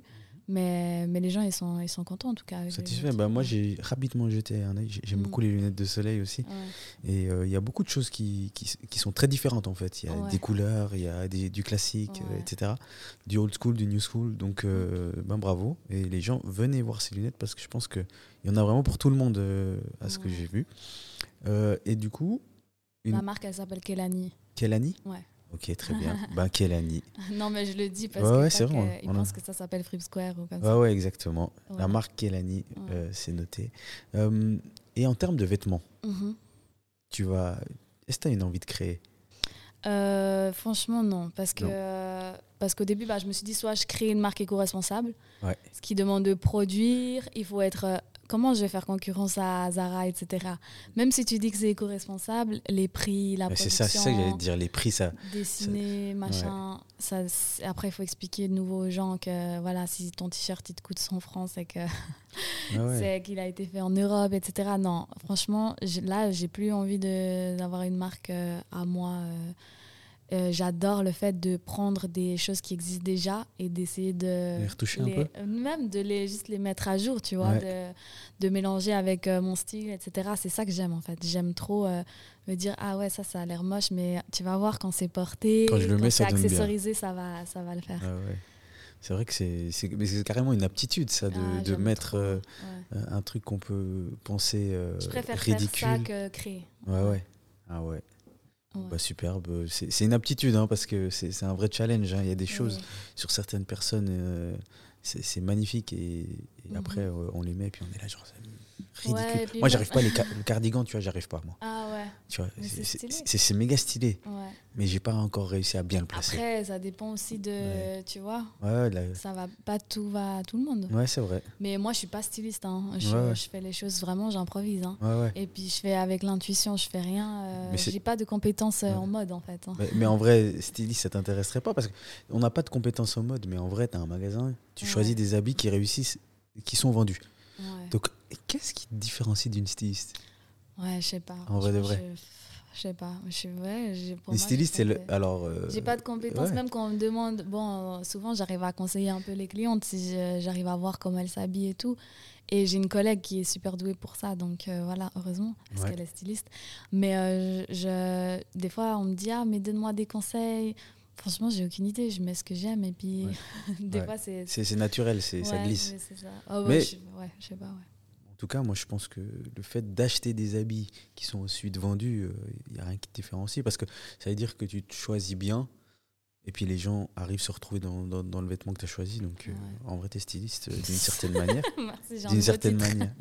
Mais, mais les gens, ils sont, ils sont contents en tout cas. Satisfait. Bah, moi, j'ai rapidement jeté un œil. J'aime mm. beaucoup les lunettes de soleil aussi. Ouais. Et il euh, y a beaucoup de choses qui, qui, qui sont très différentes en fait. Il y a ouais. des couleurs, il y a des, du classique, ouais. euh, et cetera. Du old school, du new school. Donc, euh, ben, bravo. Et les gens, venez voir ces lunettes parce que je pense qu'il y en a vraiment pour tout le monde euh, à ce ouais. que j'ai vu. Euh, et du coup... Une... La marque, elle s'appelle Kelani. Kelani ? Ouais. Ok, très bien. Ben, Kelani. Non, mais je le dis parce ouais, qu'ils ouais, pensent que ça s'appelle Fripp Square ou comme ouais, ça. Ouais, exactement. Ouais. La marque Kelani, Ouais. euh, c'est noté. Euh, et en termes de vêtements, mm-hmm. tu vas... Est-ce que tu as une envie de créer ? euh, Franchement, non. Parce, que, non. Euh, parce qu'au début, bah, je me suis dit, soit je crée une marque éco-responsable, ouais. ce qui demande de produire, il faut être... Euh, comment je vais faire concurrence à Zara, et cetera. Même si tu dis que c'est éco-responsable, les prix, la ouais, production... C'est ça, c'est ça que j'allais te dire, les prix, ça... Dessiner, ça, machin... Ouais. Ça, après, il faut expliquer de nouveau aux gens que voilà, si ton t-shirt, il te coûte cent francs, c'est que ah ouais. c'est qu'il a été fait en Europe, et cetera. Non, franchement, là, j'ai plus envie de, d'avoir une marque euh, à moi... Euh, Euh, j'adore le fait de prendre des choses qui existent déjà et d'essayer de les retoucher les, un peu, même de les juste les mettre à jour, tu vois, ouais. de, de mélanger avec euh, mon style, et cetera. C'est ça que j'aime en fait. J'aime trop euh, me dire ah ouais, ça ça a l'air moche, mais tu vas voir quand c'est porté, quand je le quand mets, c'est ça donne accessorisé, bien. ça va ça va le faire. Ah ouais. C'est vrai que c'est, c'est, mais c'est carrément une aptitude, ça, de, ah, de mettre euh, ouais. un truc qu'on peut penser euh, je préfère ridicule. faire ça que créer. Ouais, ouais. ouais. Ah ouais. Ouais. Bah, superbe. C'est, c'est une aptitude hein, parce que c'est, c'est un vrai challenge. Hein. Il y a des choses ouais. sur certaines personnes, euh, c'est, c'est magnifique et, et mm-hmm. après euh, on les met et puis on est là genre c'est ridicule. Ouais, moi même... j'arrive pas les ca- le cardigan, tu vois, j'arrive pas moi. Ah ouais. Tu vois, c'est, c'est, c'est, c'est, c'est méga stylé. Ouais. Mais j'ai pas encore réussi à bien le placer. Après ça dépend aussi de, ouais. tu vois. Ouais, là... Ça va pas tout va à tout le monde. Ouais, c'est vrai. Mais moi je suis pas styliste hein. Je, ouais, ouais. je fais les choses vraiment, j'improvise hein. Ouais, ouais. Et puis je fais avec l'intuition, je fais rien. Euh, j'ai pas de compétences ouais. en mode en fait. Hein. Mais, mais en vrai, styliste ça t'intéresserait pas parce qu'on n'a pas de compétences en mode. Mais en vrai, t'as un magasin, tu ouais. choisis des habits qui réussissent, qui sont vendus. Ouais. Donc qu'est-ce qui te différencie d'une styliste ? Ouais, je sais pas. En vrai de vrai. Je... Je sais pas, je suis ouais, j'ai pour une moi, styliste c'est le fait... alors euh... j'ai pas de compétences ouais. Même quand on me demande bon euh, souvent j'arrive à conseiller un peu les clientes si je, j'arrive à voir comment elles s'habillent et tout et j'ai une collègue qui est super douée pour ça donc euh, voilà heureusement parce ouais. qu'elle est styliste mais euh, je, je des fois on me dit ah mais donne-moi des conseils franchement j'ai aucune idée je mets ce que j'aime et puis ouais. des ouais. fois c'est... c'est c'est naturel c'est ouais, ça glisse mais c'est ça. Oh, mais ouais, je, ouais je sais pas ouais. En tout cas, moi, je pense que le fait d'acheter des habits qui sont ensuite vendus, il euh, n'y a rien qui te différencie parce que ça veut dire que tu te choisis bien et puis les gens arrivent à se retrouver dans, dans, dans le vêtement que tu as choisi. Donc, ouais. euh, en vrai, tu es styliste euh, d'une certaine manière. Merci, d'une certaine titre. manière.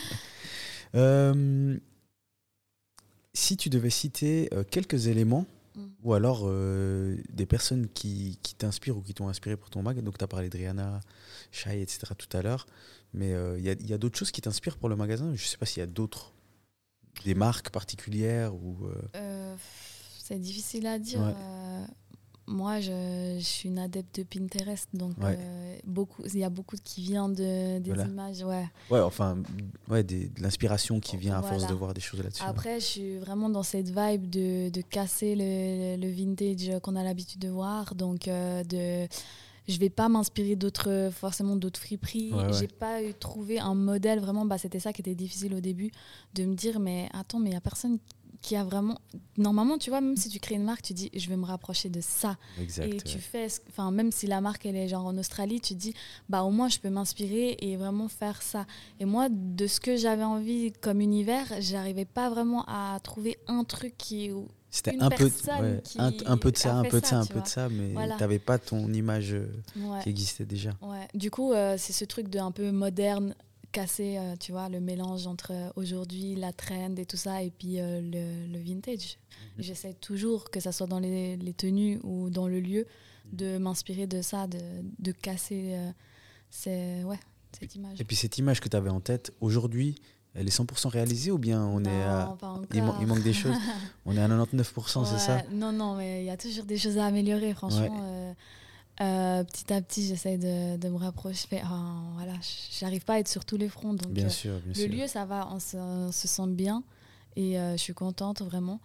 euh, si tu devais citer euh, quelques éléments mm. ou alors euh, des personnes qui, qui t'inspirent ou qui t'ont inspiré pour ton mag, donc tu as parlé de Rihanna, Shai, et cetera tout à l'heure. Mais il euh, y, y a d'autres choses qui t'inspirent pour le magasin ? Je ne sais pas s'il y a d'autres, des marques particulières ou. Euh... Euh, c'est difficile à dire. Ouais. Euh, moi, je, je suis une adepte de Pinterest, donc ouais. euh, beaucoup, il y a beaucoup qui vient de des voilà. images, ouais. Ouais, enfin, ouais, des, de l'inspiration qui vient voilà. à force de voir des choses là-dessus. Après, ouais. je suis vraiment dans cette vibe de de casser le, le vintage qu'on a l'habitude de voir, donc euh, de. Je vais pas m'inspirer d'autres, forcément d'autres friperies. Ouais, ouais. J'ai pas eu, trouvé un modèle vraiment. Bah, c'était ça qui était difficile au début, de me dire mais attends, mais il y a personne qui a vraiment. Normalement, tu vois, même si tu crées une marque, tu dis je vais me rapprocher de ça. Exact, et ouais. tu fais, enfin même si la marque elle est genre en Australie, tu dis bah au moins je peux m'inspirer et vraiment faire ça. Et moi, de ce que j'avais envie comme univers, j'arrivais pas vraiment à trouver un truc qui. C'était un peu, ouais, un, un peu de ça, un peu de ça, ça un peu vois. de ça, mais voilà. t'avais pas ton image ouais. qui existait déjà. Ouais. Du coup, euh, c'est ce truc de un peu moderne, cassé, euh, tu vois, le mélange entre euh, aujourd'hui, la trend et tout ça, et puis euh, le, le vintage. Mm-hmm. J'essaie toujours, que ça soit dans les, les tenues ou dans le lieu, de m'inspirer de ça, de, de casser euh, c'est, ouais, cette image. Et puis cette image que tu avais en tête, aujourd'hui, elle est cent pour cent réalisée ou bien on non, est à... pas encore. il, man- il manque des choses. On est à quatre-vingt-dix-neuf pour cent, ouais, c'est ça ? Non, non, mais il y a toujours des choses à améliorer, franchement. Ouais. Euh, euh, petit à petit, j'essaie de, de me rapprocher. Fais, oh, voilà, j'arrive pas à être sur tous les fronts. Donc, bien euh, sûr, bien le sûr. lieu, ça va, on se, on se sent bien et euh, je suis contente, vraiment.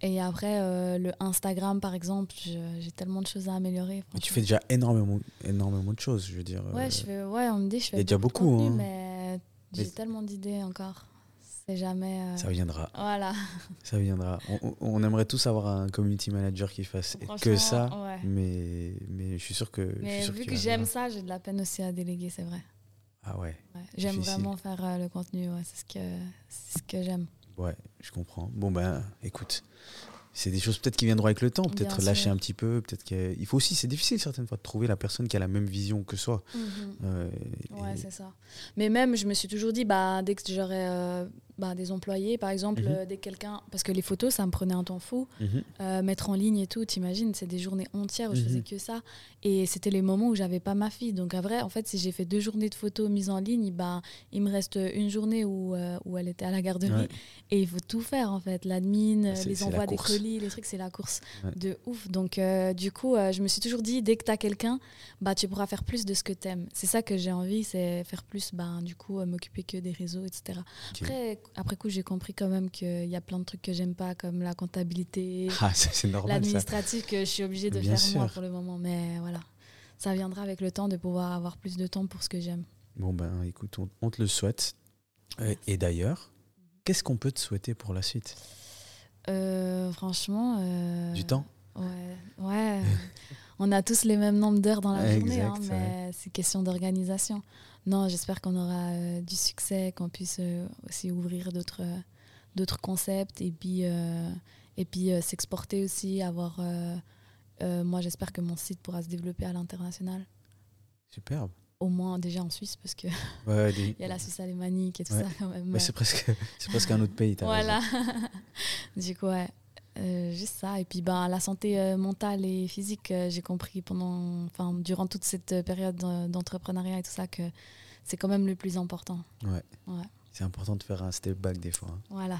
Et après, euh, le Instagram, par exemple, je- j'ai tellement de choses à améliorer. Mais tu fais déjà énormément, énormément de choses, je veux dire. Ouais, euh, je fais, ouais, on me dit, je y a fais déjà beaucoup, de beaucoup, contenu, hein. mais j'ai Mais- tellement d'idées encore. C'est jamais. euh, Ça viendra, Voilà. ça viendra. On, on- on aimerait tous avoir un community manager qui fasse que Franchement, ça, ouais. mais, mais je suis sûr que. je suis Mais sûr vu tu que arriveras. j'aime ça, j'ai de la peine aussi à déléguer, c'est vrai. Ah ouais, Ouais. J'aime Difficile. vraiment faire euh, le contenu, ouais, c'est ce que, c'est ce que j'aime. ouais, je comprends. Bon ben, écoute. C'est des choses peut-être qui viendront avec le temps, Bien peut-être lâcher sûr. un petit peu, peut-être qu'il faut aussi, c'est difficile certaines fois de trouver la personne qui a la même vision que soi. Mhm. Euh, Ouais, et- c'est ça. Mais même, je me suis toujours dit, bah, dès que j'aurais euh, bah, des employés, par exemple, Mhm. euh, dès que quelqu'un. Parce que les photos, ça me prenait un temps fou. Mhm. Euh, mettre en ligne et tout, t'imagines, c'est des journées entières où je Mhm. faisais que ça. Et c'était les moments où j'avais pas ma fille. Donc, à vrai, en fait, si j'ai fait deux journées de photos mises en ligne, bah, il me reste une journée où, euh, où elle était à la garderie. Ouais. Et il faut tout faire, en fait. L'admin, euh, C'est- les c'est la envois des course. colis, les trucs, c'est la course Ouais. de ouf. Donc, euh, du coup, euh, je me suis toujours dit, dès que t'as quelqu'un, bah, tu pourras faire plus de ce que t'aimes. C'est ça que j'ai envie, c'est faire plus, bah, du coup, euh, m'occuper que des réseaux, et cetera. Ok. Après, après coup, j'ai compris quand même qu'il y a plein de trucs que j'aime pas, comme la comptabilité, Ah, c'est c'est normal ça. l'administratif que je suis obligée de Bien faire moi sûr. pour le moment. Mais voilà, ça viendra avec le temps de pouvoir avoir plus de temps pour ce que j'aime. Bon ben, écoute, on, on te le souhaite. Euh, Et d'ailleurs, qu'est-ce qu'on peut te souhaiter pour la suite? Euh, franchement. euh, Du temps? Ouais, ouais. On a tous les mêmes nombres d'heures dans la journée, hein, Exact, mais c'est question d'organisation. Non, j'espère qu'on aura euh, du succès, qu'on puisse euh, aussi ouvrir d'autres euh, d'autres concepts et puis, euh, et puis euh, s'exporter aussi, avoir... euh, euh, moi, j'espère que mon site pourra se développer à l'international. Superbe. Au moins déjà en Suisse, parce qu'il Ouais, des- y a la Suisse alémanique et tout Ouais. ça quand même. bah, mais- c'est presque, c'est presque un autre pays. T'as Voilà. raison. Du coup, ouais. Euh, juste ça. Et puis, ben, la santé euh, mentale et physique, euh, j'ai compris pendant, enfin, durant toute cette période d'en- d'entrepreneuriat et tout ça que c'est quand même le plus important. Ouais. Ouais. C'est important de faire un step back des fois. hein. Voilà.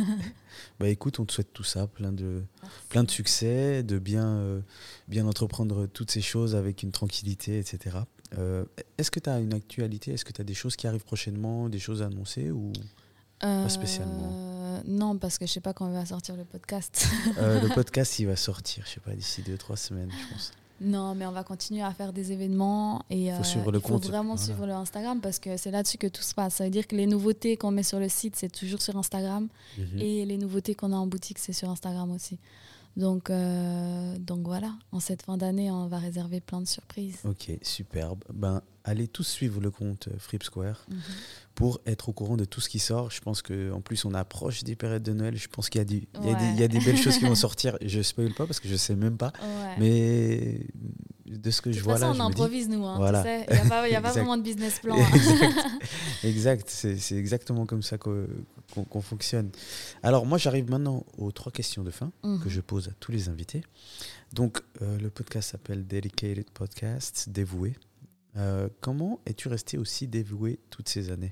Bah écoute, on te souhaite tout ça, plein de, plein de succès, de bien, euh, bien entreprendre toutes ces choses avec une tranquillité, et cetera. Euh, est-ce que tu as une actualité? Est-ce que tu as des choses qui arrivent prochainement, des choses à annoncer ou... Euh, spécialement. Non, parce que je sais pas quand va sortir le podcast. Euh, Le podcast, il va sortir, je sais pas, d'ici deux, trois semaines, je pense. Non, mais on va continuer à faire des événements et Faut euh, suivre le il faut compte, vraiment voilà. suivre le Instagram parce que c'est là-dessus que tout se passe. Ça veut dire que les nouveautés qu'on met sur le site, c'est toujours sur Instagram Mhm. et les nouveautés qu'on a en boutique, c'est sur Instagram aussi. Donc, euh, donc voilà, en cette fin d'année, on va réserver plein de surprises. Ok, superbe. Ben, allez tous suivre le compte euh, Fripp Square Mhm. pour être au courant de tout ce qui sort. Je pense qu'en plus, on approche des périodes de Noël. Je pense qu'il y a, du, il y a, des, il y a des belles choses qui vont sortir. Je ne spoil pas parce que je ne sais même pas. Ouais. Mais de ce que De je toute vois façon, là, on je me dis... improvise, nous. Hein, Voilà. tu sais. Il n'y a pas, il y a pas Exact. vraiment de business plan. hein. Exact, exact. C'est, c'est exactement comme ça qu'on, qu'on- qu'on fonctionne. Alors moi, j'arrive maintenant aux trois questions de fin Mhm. que je pose à tous les invités. Donc, euh, le podcast s'appelle Dedicated Podcast, dévoué. Euh, comment es-tu resté aussi dévoué toutes ces années?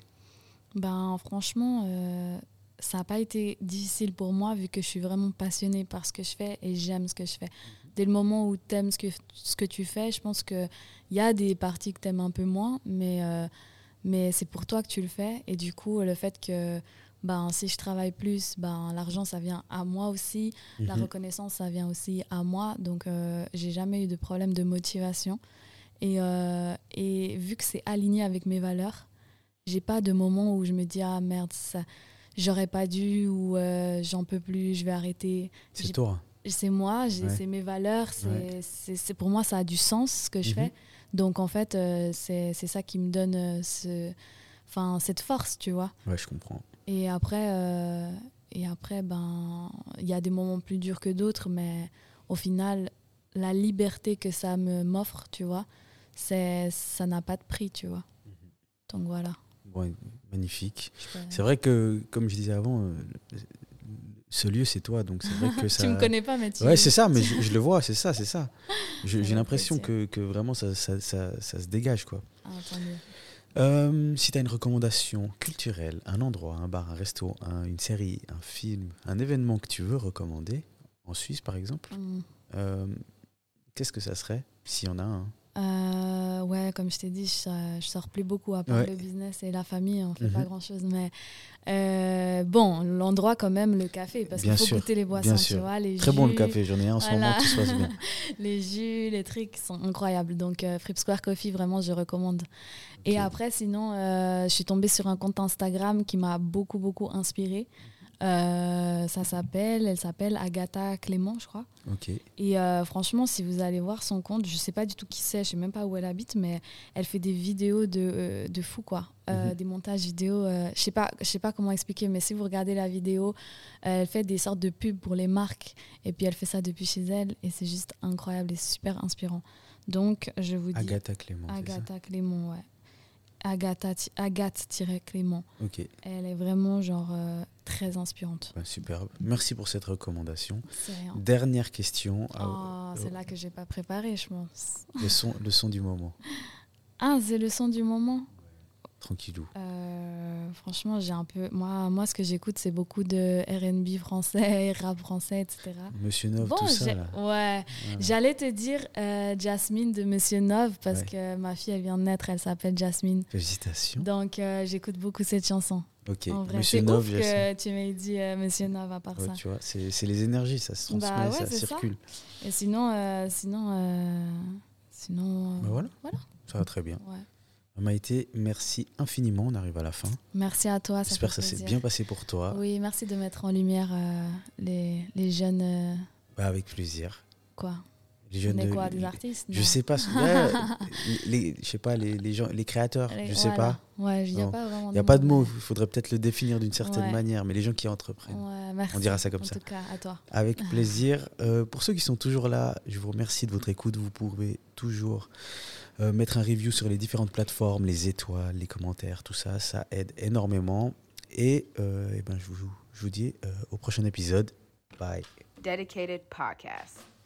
Ben, franchement, euh, ça n'a pas été difficile pour moi vu que je suis vraiment passionnée par ce que je fais et j'aime ce que je fais. Dès le moment où tu aimes ce que, ce que tu fais, je pense qu'il y a des parties que tu aimes un peu moins, mais, euh, mais c'est pour toi que tu le fais. Et du coup, le fait que ben, si je travaille plus, ben, l'argent, ça vient à moi aussi. La Mhm. reconnaissance, ça vient aussi à moi. Donc, euh, j'ai jamais eu de problème de motivation. Et, euh, et vu que c'est aligné avec mes valeurs, j'ai pas de moment où je me dis ah merde, ça, j'aurais pas dû ou euh, j'en peux plus, je vais arrêter. C'est J'ai- toi. C'est moi, j'ai- Ouais. c'est mes valeurs, c'est, Ouais. c'est, c'est- pour moi ça a du sens ce que je Mhm. fais. Donc en fait, euh, c'est, c'est ça qui me donne euh, ce, enfin, cette force, tu vois. Ouais, je comprends. Et après, euh, et après ben, il y a des moments plus durs que d'autres, mais au final, la liberté que ça me m'offre, tu vois, c'est, ça n'a pas de prix, tu vois. Donc voilà. Bon, magnifique. Je peux- C'est vrai que, comme je disais avant, euh, ce lieu, c'est toi. Donc c'est vrai que ça... Tu me connais pas, mais tu. Ouais, c'est ça, mais je, je le vois, c'est ça, c'est ça. Je- Ça j'ai fait l'impression plaisir. que, que vraiment ça, ça, ça, ça se dégage, quoi. Ah, tant mieux. Euh, si tu as une recommandation culturelle, un endroit, un bar, un resto, un- une série, un film, un événement que tu veux recommander, en Suisse par exemple, Hum. euh, qu'est-ce que ça serait, s'il y en a un? Euh, ouais, comme je t'ai dit, je, je sors plus beaucoup à part Ouais. le business et la famille, on fait Mhm. pas grand chose. Mais euh, bon, l'endroit quand même, le café, parce Bien qu'il faut sûr, goûter les boissons, bien tu sûr. vois, les Très jus, bon le café, j'en ai un en ce voilà. moment, tout se passe bien. Les jus, les trucs sont incroyables. Donc euh, Fripp Square Coffee, vraiment, je recommande. Et Ok. après, sinon, euh, je suis tombée sur un compte Instagram qui m'a beaucoup, beaucoup inspirée. Euh, ça s'appelle, elle s'appelle Agatha Clément, je crois. Ok. Et euh, franchement, si vous allez voir son compte, je sais pas du tout qui c'est, je sais même pas où elle habite, mais elle fait des vidéos de, euh, de fou, quoi. Euh, Mhm. Des montages vidéo. Euh, je sais pas, je sais pas comment expliquer, mais si vous regardez la vidéo, euh, elle fait des sortes de pubs pour les marques. Et puis elle fait ça depuis chez elle. Et c'est juste incroyable et super inspirant. Donc, je vous dis Agatha Clément, c'est ça? Agatha Clément, ouais. Agatha, Agathe-Clément. Ok. Elle est vraiment genre euh, très inspirante. Ben, superbe. Merci pour cette recommandation. C'est rien. Dernière question. Oh, Ah, c'est là que j'ai pas préparé, je pense. le, son, le son du moment. Ah, c'est le son du moment. Tranquillou. Euh, franchement, j'ai un peu. Moi, moi, ce que j'écoute, c'est beaucoup de R and B français, rap français, et cetera. Monsieur Nov, Bon, tout ça j'ai- là. ouais. Voilà. J'allais te dire euh, Jasmine de Monsieur Nov parce Ouais. que ma fille, elle vient de naître, elle s'appelle Jasmine. Félicitations. Donc, euh, j'écoute beaucoup cette chanson. Ok. En vrai, Monsieur c'est Nov, ouf Jasmine. que tu m'aies dit euh, Monsieur Nov à part Ouais, ça. tu vois, c'est c'est les énergies, ça se transmet, Bah ouais, ça c'est ça. circule. Et sinon, euh, sinon, euh, sinon. euh, Ben voilà, voilà. ça va très bien. Ouais. Maïté, merci infiniment, on arrive à la fin. Merci à toi. Ça J'espère fait que ça s'est plaisir. bien passé pour toi. Oui, merci de mettre en lumière euh, les, les jeunes. euh, Bah, avec plaisir. quoi Les On jeunes est de- quoi, les- des artistes Je Non. sais pas. ouais, les, je sais pas, les, les gens, les créateurs, Allez, je sais voilà. pas. Ouais, il n'y a Non. pas vraiment Il n'y a pas de nom, mots, il faudrait peut-être le définir d'une certaine Ouais. manière, mais les gens qui entreprennent. mais- Ouais, merci. On dira ça comme en ça. tout cas, à toi. Avec plaisir. Euh, pour ceux qui sont toujours là, je vous remercie de votre écoute. Vous pouvez toujours euh, mettre un review sur les différentes plateformes, les étoiles, les commentaires, tout ça, ça aide énormément. Et, euh, eh ben, je, vous, je vous dis euh, au prochain épisode. Bye. Dedicated Podcast.